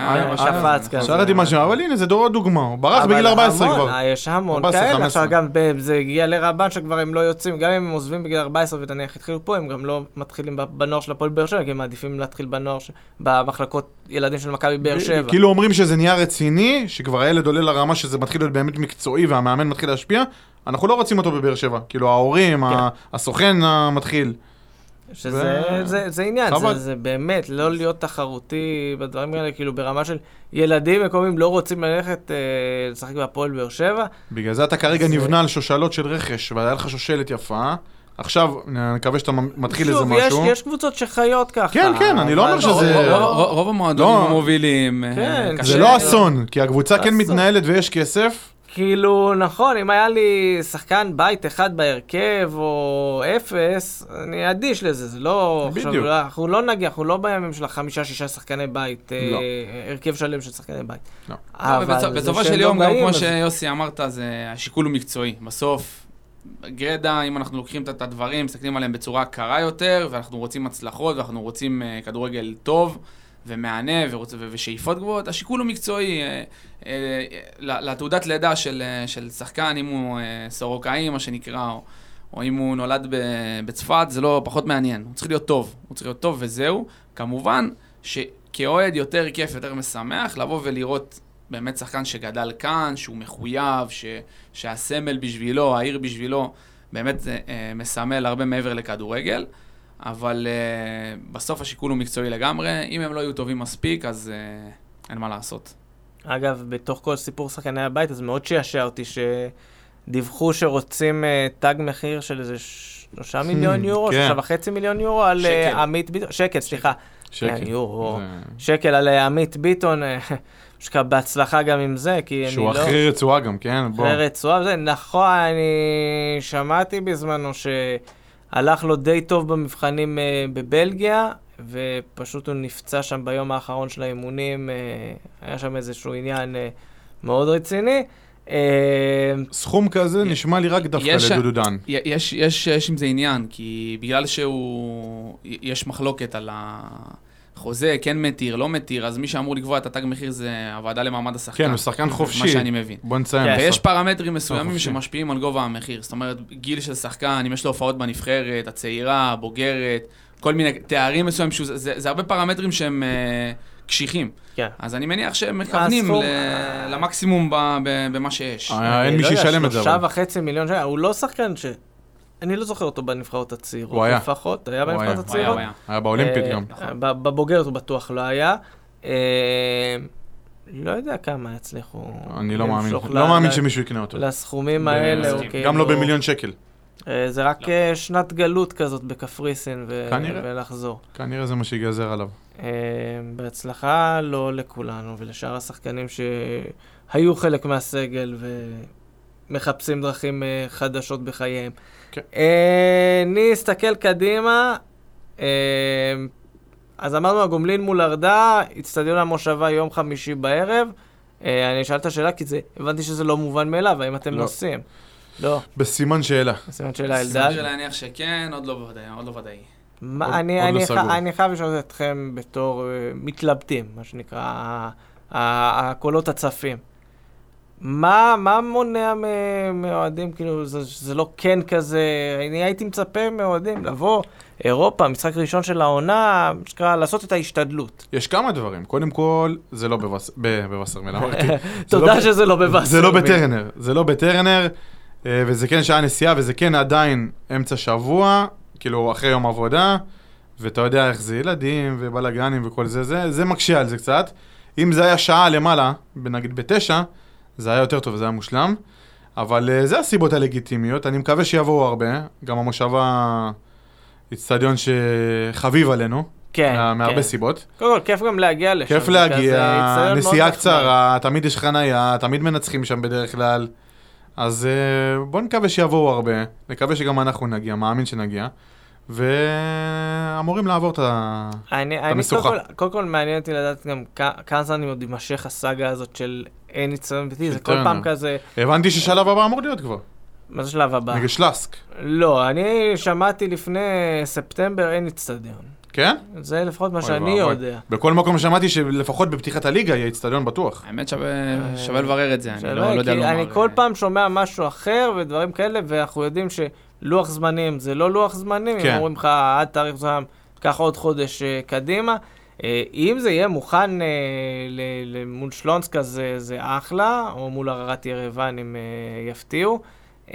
שפץ כזה. שכחתי משהו, אבל הנה, זה דור דוגמה. הוא ברח בגיל ארבע עשרה כבר. יש המון כאלה. עכשיו גם זה הגיע לרבן שכבר הם לא יוצאים, גם אם הם עוזבים בגיל ארבע עשרה ותניח התחילו פה, הם גם לא מתחילים בנוער של הפועל באר שבע, כי הם מעדיפים להתחיל בנוער, במחלקות ילדים של מכבי באר שבע. כאילו אומרים שזה נהיה רציני, שכבר הילד עולה לרמה שזה מתחיל להיות באמת מקצועי והמאמן מתחיל להשפיע, אנחנו לא רוצים אותו בבאר שבע. כאילו ההורים, הסוכן המתחיל. שזה זה, זה עניין, זה, זה באמת לא להיות תחרותי בדברים האלה, כאילו ברמה של ילדים מקומיים לא רוצים ללכת אה, לשחק בהפועל באר שבע. בגלל זה אתה כרגע זה... נבנה על שושלות של רכש, והיה לך שושלת יפה. עכשיו, אני מקווה שאתה מתחיל איזה משהו. שוב, יש קבוצות שחיות ככה. כן, כן, אני לא אומר שזה... רוב המועדונים המובילים. זה לא אסון, כי הקבוצה כן מתנהלת ויש כסף. כאילו, נכון, אם היה לי שחקן בית אחד בהרכב או אפס, אני אדיש לזה, זה לא... בדיוק. אנחנו לא נגיע, אנחנו לא בימים של החמישה, שישה שחקני בית, לא. הרכב שלם של שחקני בית. לא. בסופו של יום, גם כמו שיוסי אמרת, השיקול הוא מקצועי. בסוף, גרדה, אם אנחנו לוקחים את הדברים, מסתכלים עליהם בצורה קרה יותר, ואנחנו רוצים הצלחות, ואנחנו רוצים כדורגל טוב, ומענה ושאיפות גבוהות, השיקול הוא מקצועי. לתעודת לידה של, של שחקן, אם הוא סורוקאי, מה שנקרא, או, או אם הוא נולד בצפת, זה לא פחות מעניין. הוא צריך להיות טוב. הוא צריך להיות טוב וזהו. כמובן שכאוהד יותר כיף, יותר משמח, לבוא ולראות באמת שחקן שגדל כאן, שהוא מחויב, ש, שהסמל בשבילו, העיר בשבילו, באמת זה מסמל הרבה מעבר לכדורגל. אבל uh, בסוף השיקול הוא מקצועי לגמרי. אם הם לא יהיו טובים מספיק, אז uh, אין מה לעשות. אגב, בתוך כל סיפור שחקני הבית, אז מאוד שישע אותי שדיווחו שרוצים uh, תג מחיר של איזה שלושה מיליון יורו, כן. שלושה וחצי מיליון יורו על שקל. uh, עמית ביטון, שקל, סליחה. שקל. כן, יורו. זה- שקל על uh, עמית ביטון, uh, שכה בהצלחה גם עם זה, כי אני שהוא לא... אחרי רצועה גם, כן? בוא. אחרי רצועה, זה נכון, אני שמעתי בזמנו שהלך לו די טוב במבחנים uh, בבלגיה, ופשוט הוא נפצע שם ביום האחרון של האימונים, uh, היה שם איזשהו עניין uh, מאוד רציני. Uh, סכום כזה נשמע לי רק דווקא יש- לדודו דן. יש, יש, יש עם זה עניין, כי בגלל שהוא, יש מחלוקת על החוזה, כן מתיר, לא מתיר, אז מי שאמור לקבוע את התג מחיר זה הוועדה למעמד השחקן. כן, הוא שחקן חופשי. מה שאני מבין. בוא נציין. כן. ויש פרמטרים מסוימים חופשי. שמשפיעים על גובה המחיר. זאת אומרת, גיל של שחקן, אם יש לו הופעות בנבחרת, הצעירה, הבוגרת, כל מיני תארים מסוימים, שהוא- זה, זה הרבה פרמטרים שהם אה, קשיחים. כן. אז אני מניח שהם מכוונים הסכום- ל- למקסימום ב- ב- במה שיש. אה, אין אני מי לא יודע, שישלם את זה. שלושה אבל. וחצי מיליון שקל, הוא לא שחקן ש... אני לא זוכר אותו בנבחרות הצעירות. הוא היה. לפחות, היה הוא בנבחרות היה. הוא היה, הצעירות. הוא היה. היה באולימפית אה, גם. ב- בבוגרת הוא בטוח לא היה. אה, לא יודע כמה יצליחו. אני לא מאמין. למשוך לא ל- מאמין ל- שמישהו יקנה אותו. לסכומים ב- האלה. הוא מסכים. כאילו- גם לא במיליון שקל. אה, זה רק אה, שנת גלות כזאת בקפריסין ו- כנראה. ולחזור. כנראה זה מה שיגזר עליו. אה, בהצלחה לא לכולנו ולשאר השחקנים שהיו חלק מהסגל ומחפשים דרכים אה, חדשות בחייהם. כן. אה, אני אסתכל קדימה, אה, אז אמרנו הגומלין מול ארדה, הצטדיון המושבה יום חמישי בערב. אה, אני אשאל את השאלה כי זה, הבנתי שזה לא מובן מאליו, האם אתם לא. נוסעים? לא, בסימן שאלה. סימן שאלה סביר אלדד. להניח שכן, עוד לא ודאי, עוד לא ודאי. מה, עוד- אני, עוד אני, לא ח- סגור. אני חייב לשאול אתכם בתור uh, מתלבטים, מה שנקרא, ה- ה- הקולות הצפים. מה, מה מונע מ- מאוהדים, כאילו, זה, זה לא כן כזה, אני הייתי מצפה מאוהדים לבוא, אירופה, משחק ראשון של העונה, מה שנקרא, לעשות את ההשתדלות. יש כמה דברים. קודם כל, זה לא בבס- ב- בווסרמיל, אמרתי. זה תודה לא ב- שזה לא בבאסר. זה לא בטרנר. זה לא בטרנר, אה, וזה כן שעה נסיעה, וזה כן עדיין אמצע שבוע, כאילו אחרי יום עבודה, ואתה יודע איך זה ילדים ובלגנים וכל זה, זה, זה מקשה על זה קצת. אם זה היה שעה למעלה, נגיד בתשע, זה היה יותר טוב, זה היה מושלם. אבל אה, זה הסיבות הלגיטימיות, אני מקווה שיבואו הרבה, גם המושבה אצטדיון שחביב עלינו, כן, מה- מהרבה כן. סיבות. קודם כל, כיף גם להגיע לשם. כיף זה להגיע, כזה אצטדיון מאוד נסיעה נחמד. קצרה, תמיד יש חנייה, תמיד מנצחים שם בדרך כלל. אז אה, בואו נקווה שיבואו הרבה, נקווה שגם אנחנו נגיע, מאמין שנגיע, ואמורים לעבור את ה... אני, אני המשוכה. קודם כל, קודם כל מעניין אותי לדעת גם כ- כמה זמן עוד יימשך הסאגה הזאת של אין ניסיון ביתי, זה כל טרנר. פעם כזה, הבנתי ששלב הבא אמור להיות כבר, מה זה שלב הבא? נגד שלסק, לא, אני שמעתי לפני ספטמבר אין אצטדיון. כן? זה לפחות מה אוי שאני ואבוי. יודע. בכל מקום שמעתי שלפחות בפתיחת הליגה יהיה אצטדיון בטוח. האמת שווה שווה לברר את זה, אני שווה, לא לא יודע כי לומר. אני כל אה, פעם שומע משהו אחר ודברים כאלה, ואנחנו יודעים שלוח זמנים זה לא לוח זמנים, כן. הם אומרים לך עד תאריך זמן, קח עוד חודש אה, קדימה. אה, אם זה יהיה מוכן אה, ל- ל- מול שלונסקה זה, זה אחלה, או מול הררת ירבן אם אה, יפתיעו. אה,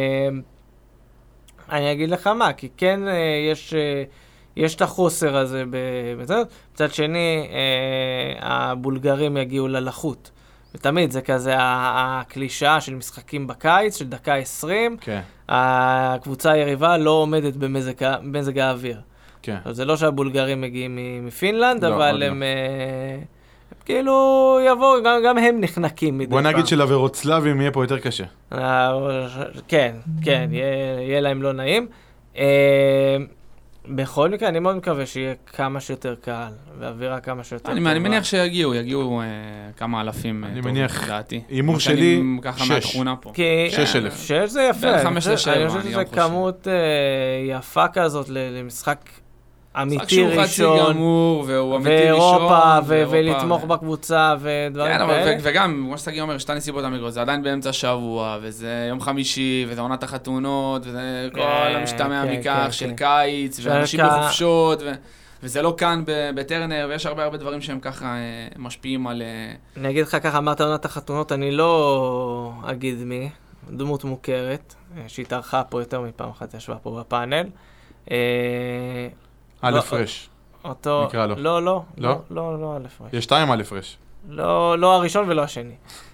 אני אגיד לך מה, כי כן אה, יש, אה, יש את החוסר הזה ב- בזה. מצד שני, אה, הבולגרים יגיעו ללחות. ותמיד זה כזה ה- הקלישאה של משחקים בקיץ, של דקה עשרים, כן, הקבוצה היריבה לא עומדת במזג, ה- במזג האוויר. כן. עכשיו, זה לא שהבולגרים מגיעים מ- מפינלנד, לא, אבל עוד הם, אה, הם כאילו יבואו, גם, גם הם נחנקים מדי בוא פעם. נגיד שלוורוצלבים יהיה פה יותר קשה. אה, כן, כן, יהיה, יהיה להם לא נעים. אה, בכל מקרה, אני מאוד מקווה שיהיה כמה שיותר קהל, ואווירה כמה שיותר אני טובה. אני מניח שיגיעו, יגיעו אה, כמה אלפים אה, אני טובים, מניח, לדעתי. הימור כמו שאני שלי, ככה שש. מהתכונה פה. כי שש אלף. שש זה יפה. בין אני חמש חושב- לשבע, אני חושב אני שזו גם חושב. כמות אה, יפה כזאת ל- למשחק משחק אמיתי שהוא חצי ראשון, גמור, והוא אמיתי ראשון. ואירופה, ו- ואירופה, ולתמוך ו- בקבוצה ודברים כן, אבל כאלה. ו- וגם, כמו שתגיד אומר, שתי נסיבות המגרש, זה עדיין באמצע השבוע, וזה יום חמישי, וזה עונת החתונות, וזה כל כן, המשתמע כן, מכך כן, של כן. קיץ, של ואנשים קיץ. בחופשות, ו- וזה לא כאן ב- בטרנר, ויש הרבה הרבה דברים שהם ככה אה, משפיעים על... אה, אני אגיד לך ככה, אמרת עונת החתונות, אני לא אגיד מי, דמות מוכרת, אה, שהתארחה פה יותר מפעם אחת, ישבה פה בפאנל. אה, א' לא, פרש. אותו... נקרא לו. לא, לא, לא? לא, לא, לא, א' פרש. יש שתיים א' פרש. לא, לא הראשון ולא השני.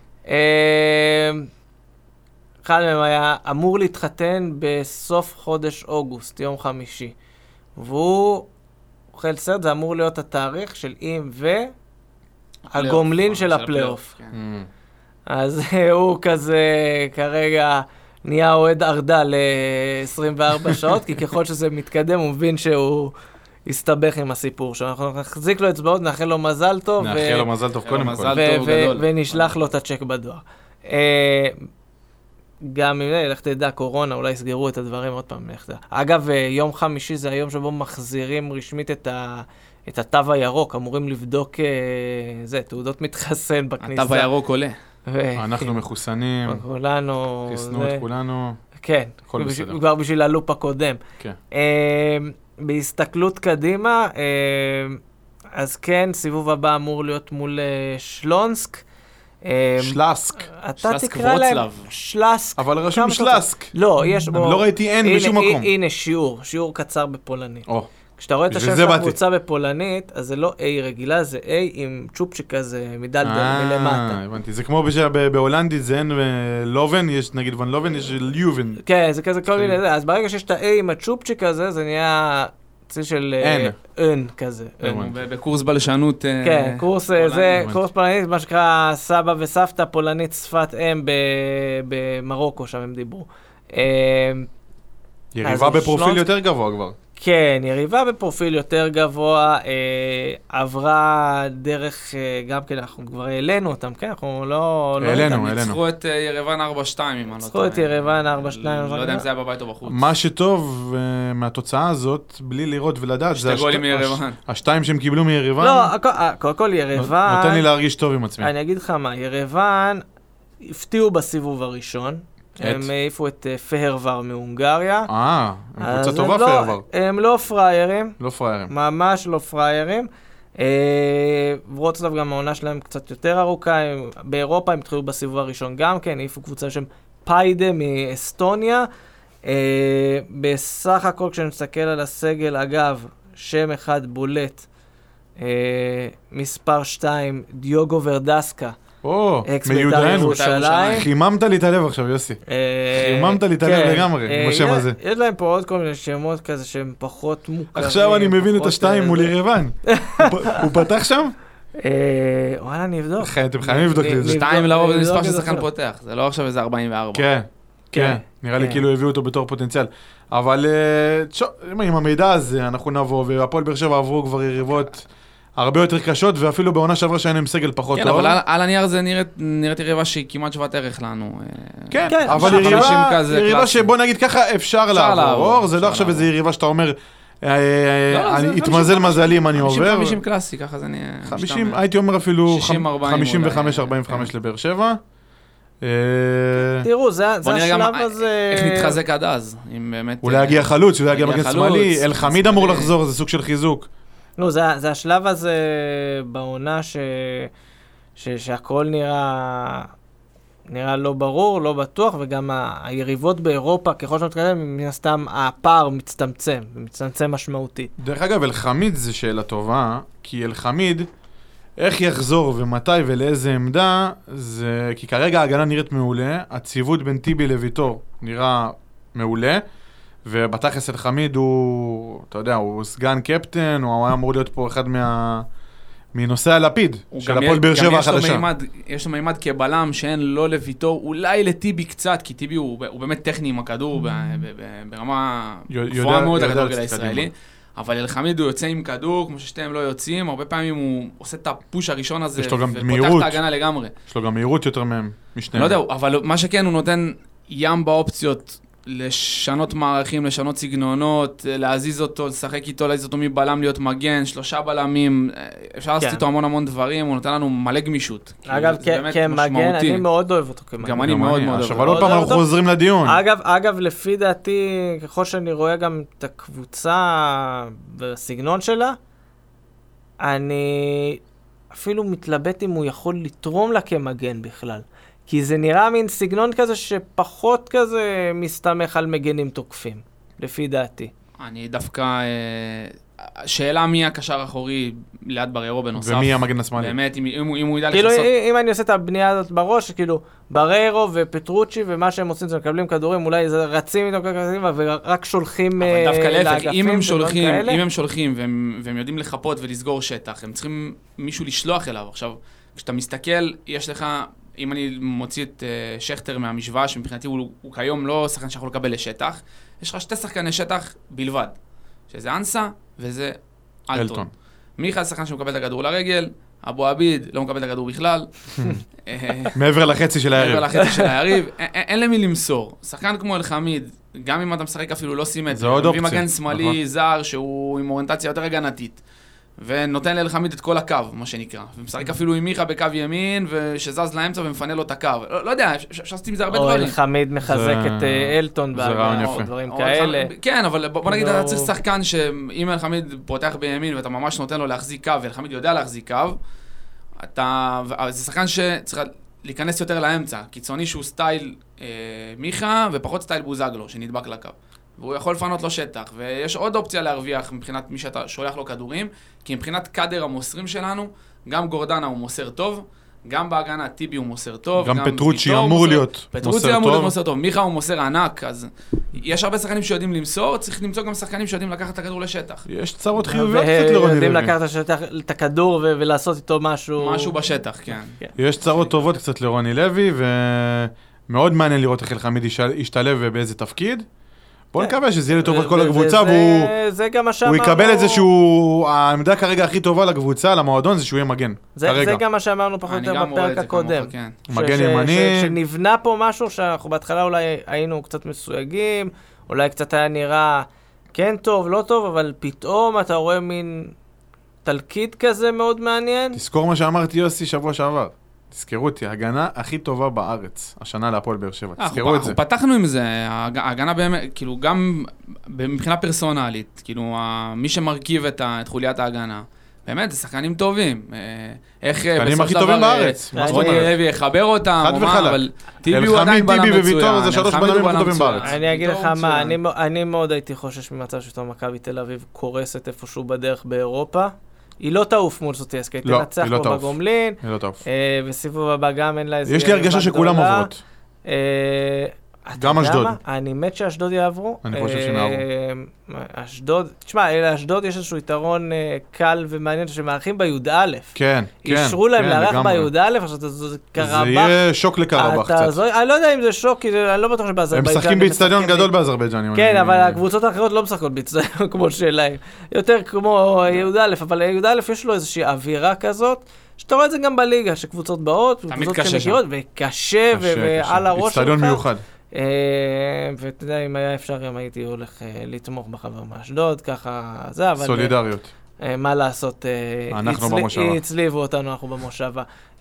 אחד מהם היה אמור להתחתן בסוף חודש אוגוסט, יום חמישי. והוא אוכל סרט, זה אמור להיות התאריך של אם והגומלין של הפלייאוף. אז הוא כזה כרגע נהיה אוהד ארדה ל-עשרים וארבע שעות, כי ככל שזה מתקדם הוא מבין שהוא יסתבך עם הסיפור שלו. אנחנו נחזיק לו אצבעות, נאחל לו מזל טוב. נאחל לו מזל טוב קודם כל. ונשלח לו את הצ'ק בדואר. גם אם לך תדע, קורונה, אולי יסגרו את הדברים עוד פעם. אגב, יום חמישי זה היום שבו מחזירים רשמית את ה... את התו הירוק, אמורים לבדוק, זה, תעודות מתחסן בכניסה. התו הירוק עולה. אנחנו מחוסנים. כולנו. חיסנו את כולנו. כן. כבר בשביל הלופ הקודם. כן. בהסתכלות קדימה, אז כן, סיבוב הבא אמור להיות מול שלונסק. שלסק. אתה תקרא להם שלסק. אבל רשום שלסק. לא, יש בו... לא ראיתי אין בשום מקום. הנה שיעור, שיעור קצר בפולנית. או. כשאתה רואה את השם של הקבוצה בפולנית, אז זה לא A רגילה, זה A עם צ'ופצ'יק כזה מדלדל מלמטה. הבנתי, זה כמו בהולנדית, זה אין לובן, יש נגיד ון לובן, יש ליובן. כן, זה כזה כל מיני, אז ברגע שיש את ה-A עם הצ'ופצ'יק הזה, זה נהיה צי של אין כזה. בקורס בלשנות. כן, קורס זה, קורס פולנית, מה שקרה סבא וסבתא, פולנית שפת אם במרוקו, שם הם דיברו. יריבה בפרופיל יותר גבוה כבר. כן, יריבה בפרופיל יותר גבוה, אה, עברה דרך, אה, גם כן, אנחנו כבר העלינו אותם, כן, אנחנו לא... העלינו, העלינו. ניצחו את אה, ירוון ארבע שתיים, אם אני לא טועה. ניצחו את ירוון ארבע שתיים. לא יודע אם זה היה בבית או בחוץ. מה שטוב uh, מהתוצאה הזאת, בלי לראות ולדעת, זה השת... הש... השתיים שהם קיבלו מירוון. לא, קודם כל ירוון... נותן לי להרגיש טוב עם עצמי. אני אגיד לך מה, ירוון הפתיעו בסיבוב הראשון. הם העיפו את פהרוור מהונגריה. אה, הם קבוצה טובה פהרוור. הם לא פריירים. לא פריירים. ממש לא פריירים. ורוצלב גם העונה שלהם קצת יותר ארוכה. באירופה הם התחילו בסיבוב הראשון גם כן. העיפו קבוצה שם פיידה מאסטוניה. בסך הכל כשנסתכל על הסגל, אגב, שם אחד בולט. מספר שתיים, דיוגו ורדסקה. או, מיודענו. חיממת לי את הלב עכשיו, יוסי. חיממת לי את הלב לגמרי, עם השם הזה. יש להם פה עוד כל מיני שמות כזה שהם פחות מוכרים. עכשיו אני מבין את השתיים מול ירוון. הוא פתח שם? וואלה, נבדוק. אתם חייבים לבדוק לי את זה. שתיים לרוב זה מספר ששחקן פותח, זה לא עכשיו איזה ארבעים וארבע. כן, כן. נראה לי כאילו הביאו אותו בתור פוטנציאל. אבל עם המידע הזה אנחנו נבוא, והפועל באר שבע עברו כבר יריבות הרבה יותר קשות, ואפילו בעונה שעברה שהיינו עם סגל פחות טוב. כן, אבל על הנייר זה נראית יריבה שהיא כמעט שוות ערך לנו. כן, אבל יריבה שבוא נגיד ככה אפשר לעבור, זה לא עכשיו איזו יריבה שאתה אומר, התמזל מזלי אם אני עובר. חמישים חמישים קלאסי, ככה זה נהיה... חמישים, הייתי אומר אפילו חמישים וחמש ארבעים וחמש לבאר שבע. תראו, זה השלב הזה... איך נתחזק עד אז, אם באמת... אולי יגיע חלוץ, אולי יגיע מגן שמאלי, אל חמיד אמור לחזור, זה סוג של חיזוק. לא, זה, זה השלב הזה בעונה ש, ש, שהכל נראה, נראה לא ברור, לא בטוח, וגם ה, היריבות באירופה, ככל שמתקדם, מן הסתם הפער מצטמצם, ומצטמצם משמעותית. דרך אגב, אל חמיד זה שאלה טובה, כי אל חמיד, איך יחזור ומתי ולאיזה עמדה, זה... כי כרגע ההגנה נראית מעולה, הציוות בין טיבי לויטור נראה מעולה, ובתכלס אל חמיד הוא, אתה יודע, הוא סגן קפטן, הוא היה אמור להיות פה אחד מה... מנושא הלפיד, של הפועל באר שבע החדשה. יש לו מימד כבלם שאין לא לויטור, אולי לטיבי קצת, כי טיבי הוא, הוא באמת טכני עם הכדור, ב, ב, ב, ברמה גבוהה מאוד הכדורגל הישראלי. אבל אל חמיד הוא יוצא עם כדור, כמו ששתיהם לא יוצאים, הרבה פעמים הוא עושה את הפוש הראשון הזה, ופותח את ההגנה לגמרי. יש לו גם מהירות יותר מהם, משניהם. לא יודע, אבל מה שכן, הוא נותן ים באופציות, לשנות מערכים, לשנות סגנונות, להזיז אותו, לשחק איתו, להזיז אותו מבלם להיות מגן, שלושה בלמים, אפשר לעשות איתו המון המון דברים, הוא נותן לנו מלא גמישות. אגב, כמגן, אני מאוד אוהב אותו כמגן. גם אני מאוד מאוד אוהב. אבל עוד פעם אנחנו חוזרים לדיון. אגב, אגב, לפי דעתי, ככל שאני רואה גם את הקבוצה בסגנון שלה, אני אפילו מתלבט אם הוא יכול לתרום לה כמגן בכלל. כי זה נראה מין סגנון כזה שפחות כזה מסתמך על מגנים תוקפים, לפי דעתי. אני דווקא, שאלה מי הקשר האחורי ליד בריירו בנוסף. ומי המגן השמאלי. באמת, אם, אם, אם הוא ידע כאילו, לחסות... אם אני עושה את הבנייה הזאת בראש, כאילו, בריירו ופטרוצ'י ומה שהם עושים, זה מקבלים כדורים, אולי זה רצים איתו כדורים, ורק שולחים לאגפים. אבל דווקא להפך, אם הם שולחים, אם הם שולחים והם, והם יודעים לחפות ולסגור שטח, הם צריכים מישהו לשלוח אליו. עכשיו, כשאתה מסתכל, יש לך, אם אני מוציא את uh, שכטר מהמשוואה, שמבחינתי הוא, הוא כיום לא שחקן שיכול לקבל לשטח, יש לך שתי שחקני שטח בלבד, שזה אנסה וזה אלטון. אלטון. מיכה שחקן שמקבל את הכדור לרגל, אבו עביד לא מקבל את הכדור בכלל. מעבר לחצי של היריב. מעבר לחצי של היריב, אין למי למסור. שחקן כמו אלחמיד, גם אם אתה משחק אפילו לא סימטרי, זה עוד אופציה. מביא מגן שמאלי זר שהוא עם אוריינטציה יותר הגנתית, ונותן לאלחמיד את כל הקו, מה שנקרא. ומשחק אפילו עם מיכה בקו ימין, שזז לאמצע ומפנה לו את הקו. לא יודע, אפשר לעשות עם זה הרבה דברים. או אלחמיד מחזק את אלטון, זה רעיון יפה. דברים כאלה. כן, אבל בוא נגיד, אתה צריך שחקן שאם אלחמיד פותח בימין, ואתה ממש נותן לו להחזיק קו, ואלחמיד יודע להחזיק קו, אתה... זה שחקן שצריך להיכנס יותר לאמצע. קיצוני שהוא סטייל מיכה, ופחות סטייל בוזגלו, שנדבק לקו. והוא יכול לפנות לו שטח, ויש עוד אופציה להרוויח מבחינת מי שאתה שולח לו כדורים, כי מבחינת קאדר המוסרים שלנו, גם גורדנה הוא מוסר טוב, גם בהגנה טיבי הוא מוסר טוב, גם פטרוצ'י אמור להיות פטרוצ'י אמור להיות מוסר טוב, מיכה הוא מוסר ענק, אז יש הרבה שחקנים שיודעים למסור, צריך למצוא גם שחקנים שיודעים לקחת את הכדור לשטח. יש צרות חיוביות קצת לרוני לוי. ויודעים לקחת את הכדור ולעשות איתו משהו... משהו בשטח, כן. יש צרות טובות קצת לרוני לוי, ומאוד מעניין לראות איך אלחמיד ישתלב ובאיזה תפקיד. בוא נקווה שזה יהיה לטובת כל הקבוצה, והוא יקבל את זה שהוא, העמדה כרגע הכי טובה לקבוצה, למועדון, זה שהוא יהיה מגן. זה גם מה שאמרנו פחות או יותר בפרק הקודם. מגן ימני. שנבנה פה משהו שאנחנו בהתחלה אולי היינו קצת מסויגים, אולי קצת היה נראה כן טוב, לא טוב, אבל פתאום אתה רואה מין תלקיד כזה מאוד מעניין. תזכור מה שאמרתי יוסי שבוע שעבר. תזכרו אותי, ההגנה הכי טובה בארץ, השנה להפועל באר שבע, תזכרו את זה. אנחנו פתחנו עם זה, ההגנה באמת, כאילו גם מבחינה פרסונלית, כאילו מי שמרכיב את חוליית ההגנה, באמת, זה שחקנים טובים. איך שחקנים הכי טובים בארץ. רוני לוי יחבר אותם, אבל טיבי הוא עדיין בלם מצוין. וויטור זה שלוש בלמים הכי טובים בארץ. אני אגיד לך מה, אני מאוד הייתי חושש ממצב שטוב מכבי תל אביב קורסת איפשהו בדרך באירופה. היא לא תעוף מול סוטייסקה, היא תנצח פה בגומלין, וסיבוב הבא גם אין לה איזה... יש לי הרגשה שכולם עוברות. גם אשדוד. אני מת שאשדוד יעברו. אני חושב שהם יעברו. אשדוד, תשמע, לאשדוד יש איזשהו יתרון קל ומעניין שמארחים בי"א. כן, כן. אישרו להם לארח בי"א, עכשיו זה קרבח. זה יהיה שוק לקרבח קצת. אני לא יודע אם זה שוק, כי אני לא בטוח שבאזרבייג'אן... הם משחקים באצטדיון גדול באזרבייג'אן. כן, אבל הקבוצות האחרות לא משחקות באצטדיון כמו שלהם. יותר כמו י"א, אבל י"א יש לו איזושהי אווירה כזאת, שאתה רואה את זה גם בליגה, שקבוצות באות, קבוצות שמכירות, וקשה ועל הראש שלך. אצטדיון מיוחד. ואתה יודע, אם היה אפשר, אם הייתי הולך לתמוך בחבר מאשדוד, ככה זה, אבל... סולידריות. מה לעשות? אנחנו במושבה. הצליבו אותנו, אנחנו במושבה.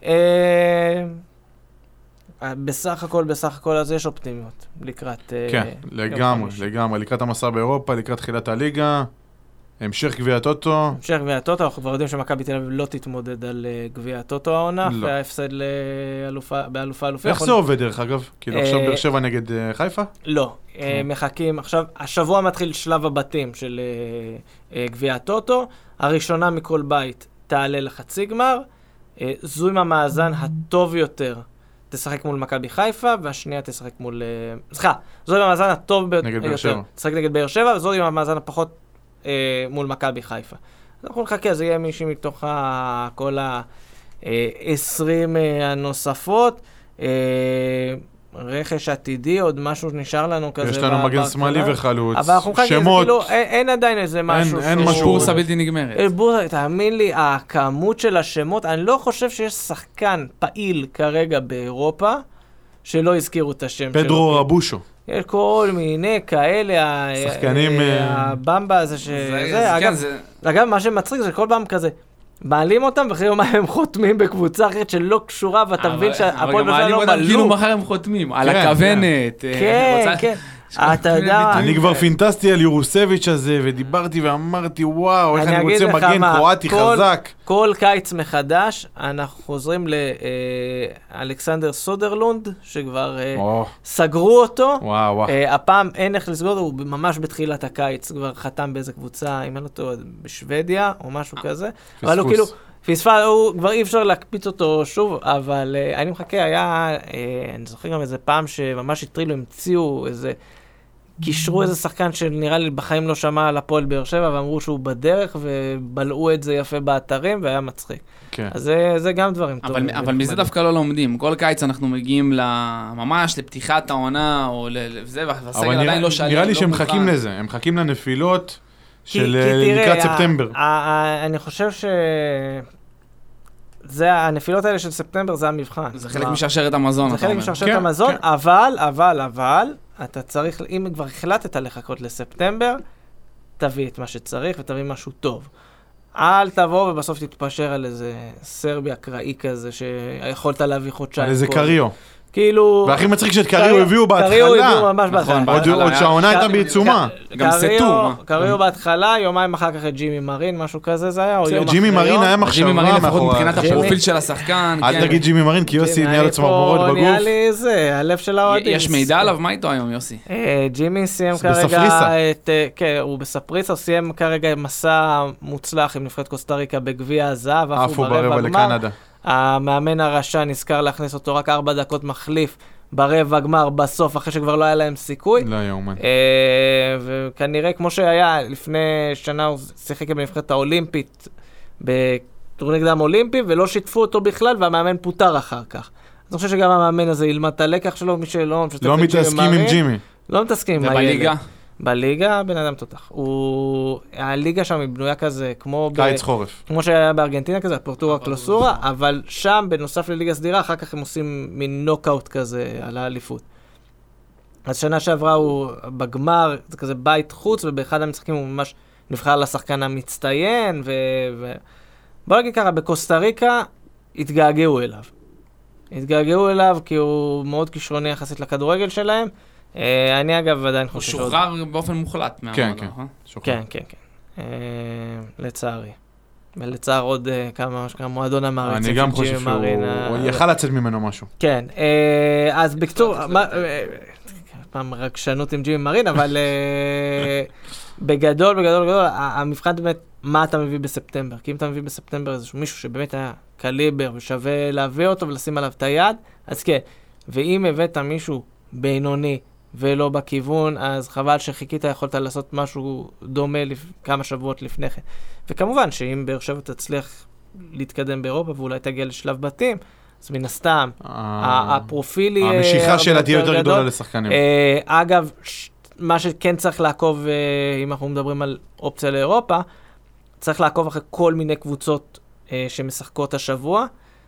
בסך הכל, בסך הכל, אז יש אופטימיות לקראת... כן, לגמרי, לגמרי. לקראת המסע באירופה, לקראת תחילת הליגה, המשך גביע הטוטו. המשך גביע הטוטו, אנחנו כבר יודעים שמכבי תל אביב לא תתמודד על גביע הטוטו העונה, וההפסד באלופה אלופי. איך זה עובד דרך אגב? כאילו עכשיו באר שבע נגד חיפה? לא, מחכים, עכשיו, השבוע מתחיל שלב הבתים של גביע הטוטו, הראשונה מכל בית תעלה לחצי גמר, זו עם המאזן הטוב יותר תשחק מול מכבי חיפה, והשנייה תשחק מול... סליחה, זו עם המאזן הטוב ביותר, תשחק נגד באר שבע, וזו עם המאזן הפחות מול מכבי חיפה. אנחנו נחכה, זה יהיה מישהי מתוך כל ה-עשרים הנוספות. רכש עתידי, עוד משהו נשאר לנו כזה. יש לנו מגן שמאלי וחלוץ. אבל אנחנו מחכים, כאילו, אין עדיין איזה משהו. אין משהו. בורסה בלתי נגמרת. תאמין לי, הכמות של השמות, אני לא חושב שיש שחקן פעיל כרגע באירופה, שלא הזכירו את השם שלו. פדרו רבושו. יש כל מיני כאלה, שחקנים... הבמבה הזה ש... אגב, מה שמצחיק זה כל פעם כזה, מעלים אותם, ואחרי יומיים הם חותמים בקבוצה אחרת שלא קשורה, ואתה מבין שהפועל בכלל לא מעלו. כאילו מחר הם חותמים, על הכוונת. כן, כן. אתה יודע... אני כבר פינטסטי על יורוסביץ' הזה, ודיברתי ואמרתי, וואו, איך אני רוצה מגן קרואטי חזק. כל קיץ מחדש, אנחנו חוזרים לאלכסנדר סודרלונד, שכבר סגרו אותו. וואו, וואו. הפעם אין איך לסגור, הוא ממש בתחילת הקיץ, כבר חתם באיזה קבוצה, אם אין אותו בשוודיה, או משהו כזה. אבל הוא כאילו... פספס, הוא כבר אי אפשר להקפיץ אותו שוב, אבל uh, אני מחכה, היה, uh, אני זוכר גם איזה פעם שממש הטרילו, המציאו איזה, קישרו איזה שחקן שנראה לי בחיים לא שמע על הפועל באר שבע, ואמרו שהוא בדרך, ובלעו את זה יפה באתרים, והיה מצחיק. כן. אז זה, זה גם דברים אבל, טובים. אבל מזה דווקא לא לומדים. כל קיץ אנחנו מגיעים ממש לפתיחת העונה, או לזה, והסגל עדיין לא שלם. נראה לי שהם מחכים לזה, הם מחכים לנפילות, של לקראת ספטמבר. אני חושב ש... זה, הנפילות האלה של ספטמבר זה המבחן. זה חלק משרשרת המזון. זה חלק משרשרת המזון, אבל, אבל, אבל, אתה צריך, אם כבר החלטת לחכות לספטמבר, תביא את מה שצריך ותביא משהו טוב. אל תבוא ובסוף תתפשר על איזה סרבי אקראי כזה, שיכולת להביא חודשיים. על איזה קריו. כאילו... והכי מצחיק שאת קריו הביאו בהתחלה. קריו הביאו ממש בהתחלה. עוד שהעונה הייתה בעיצומה. גם סטו. קריו בהתחלה, יומיים אחר כך את ג'ימי מרין, משהו כזה זה היה. ג'ימי מרין היה מחשבה. ג'ימי מרין לפחות מבחינת הפרופיל של השחקן. אל תגיד ג'ימי מרין, כי יוסי נהיה לעצמו מורות בגוף. נהיה לי זה, הלב של האוהדים. יש מידע עליו? מה איתו היום, יוסי? ג'ימי סיים כרגע את... כן, הוא בספריסה, הוא סיים כרגע מסע מוצלח עם נבחרת קוסטה ריקה בגביע הזהב, עפו ברבע לקנדה. המאמן הרשע נזכר להכניס אותו רק ארבע דקות מחליף ברבע גמר בסוף, אחרי שכבר לא היה להם סיכוי. לא יאומן. וכנראה, כמו שהיה לפני שנה, הוא שיחק בנבחרת האולימפית, בטורניר קדם אולימפי, ולא שיתפו אותו בכלל, והמאמן פוטר אחר כך. אני חושב שגם המאמן הזה ילמד את הלקח שלו, מי שלא... לא מתעסקים עם ג'ימי. לא מתעסקים עם הילד. ובליגה? בליגה, בן אדם תותח. הוא... הליגה שם היא בנויה כזה, כמו... קיץ חורף. כמו שהיה בארגנטינה כזה, פורטורה קלוסורה, אבל שם, בנוסף לליגה סדירה, אחר כך הם עושים מין נוקאוט כזה על האליפות. אז שנה שעברה הוא בגמר, זה כזה בית חוץ, ובאחד המשחקים הוא ממש נבחר לשחקן המצטיין, ו... ו... בוא נגיד ככה, בקוסטה ריקה התגעגעו אליו. התגעגעו אליו כי הוא מאוד כישרוני יחסית לכדורגל שלהם, אני אגב עדיין חושב... הוא שוחרר באופן מוחלט כן, כן. כן, כן, כן. לצערי. ולצער עוד כמה, כמה מועדון המעריצים. אני גם חושב שהוא יכל לצאת ממנו משהו. כן. אז בקצור, פעם רגשנות עם ג'ימי מרין, אבל בגדול, בגדול, בגדול, המבחן באמת, מה אתה מביא בספטמבר? כי אם אתה מביא בספטמבר איזשהו מישהו שבאמת היה קליבר ושווה להביא אותו ולשים עליו את היד, אז כן. ואם הבאת מישהו בינוני, ולא בכיוון, אז חבל שחיכית יכולת לעשות משהו דומה לפ... כמה שבועות לפני כן. וכמובן שאם באר שבע תצליח להתקדם באירופה, ואולי תגיע לשלב בתים, אז מן הסתם, הפרופיל יהיה... המשיכה שלה תהיה יותר גדולה לשחקנים. אגב, מה שכן צריך לעקוב, אם אנחנו מדברים על אופציה לאירופה, צריך לעקוב אחרי כל מיני קבוצות שמשחקות השבוע,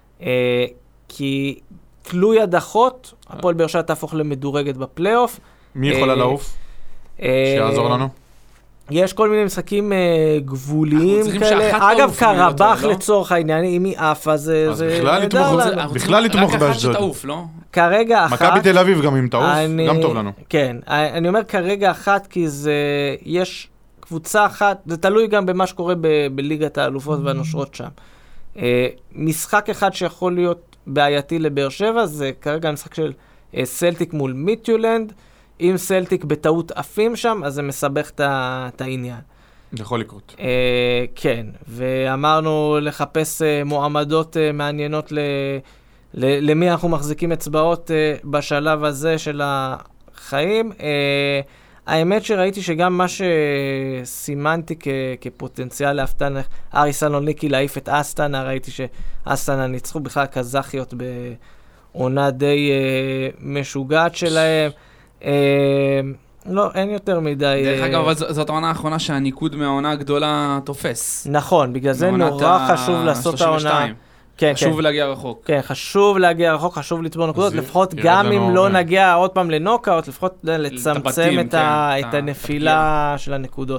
כי... תלוי הדחות, הפועל באר שבע תהפוך למדורגת בפלייאוף. מי יכולה לעוף? שיעזור לנו? יש כל מיני משחקים גבוליים כאלה. אגב, קרבח לצורך העניין, אם היא עפה, זה... אז בכלל לתמוך באשדוד. כרגע אחת... מכבי תל אביב גם אם תעוף, גם טוב לנו. כן, אני אומר כרגע אחת, כי זה... יש קבוצה אחת, זה תלוי גם במה שקורה בליגת האלופות והנושרות שם. משחק אחד שיכול להיות בעייתי לבאר שבע, זה כרגע המשחק של סלטיק מול מיטיולנד. אם סלטיק בטעות עפים שם, אז זה מסבך את העניין. זה יכול לקרות. כן, ואמרנו לחפש מועמדות מעניינות למי אנחנו מחזיקים אצבעות בשלב הזה של החיים. האמת שראיתי שגם מה שסימנתי כפוטנציאל להפתעה, ארי סלוניקי להעיף את אסטנה, ראיתי שאסטנה ניצחו בכלל קזחיות בעונה די משוגעת שלהם. לא, אין יותר מדי... דרך אגב, זאת העונה האחרונה שהניקוד מהעונה הגדולה תופס. נכון, בגלל זה נורא חשוב לעשות העונה. חשוב להגיע רחוק. כן, חשוב להגיע רחוק, חשוב לצבור נקודות, לפחות גם אם לא נגיע עוד פעם לנוקאוט, לפחות לצמצם את הנפילה של הנקודות.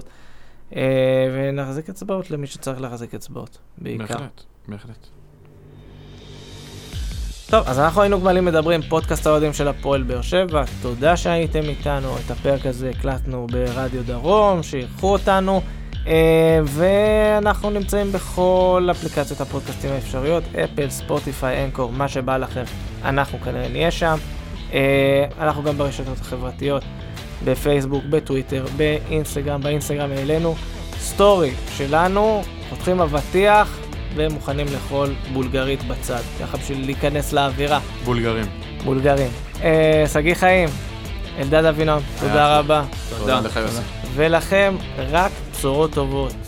ונחזיק אצבעות למי שצריך להחזיק אצבעות, בעיקר. בהחלט, בהחלט. טוב, אז אנחנו היינו גמלים מדברים, פודקאסט האוהדים של הפועל באר שבע. תודה שהייתם איתנו, את הפרק הזה הקלטנו ברדיו דרום, שאירחו אותנו, ואנחנו נמצאים בכל אפליקציות הפודקאסטים האפשריות, אפל, ספוטיפיי, אנקור, מה שבא לכם, אנחנו כנראה נהיה שם. אנחנו גם ברשתות החברתיות, בפייסבוק, בטוויטר, באינסטגרם, באינסטגרם העלינו סטורי שלנו, פותחים אבטיח ומוכנים לאכול בולגרית בצד, ככה בשביל להיכנס לאווירה. בולגרים. בולגרים. סגי חיים, אלדד אבינום, תודה רבה. תודה לך יוסי. ולכם רק בשורות טובות.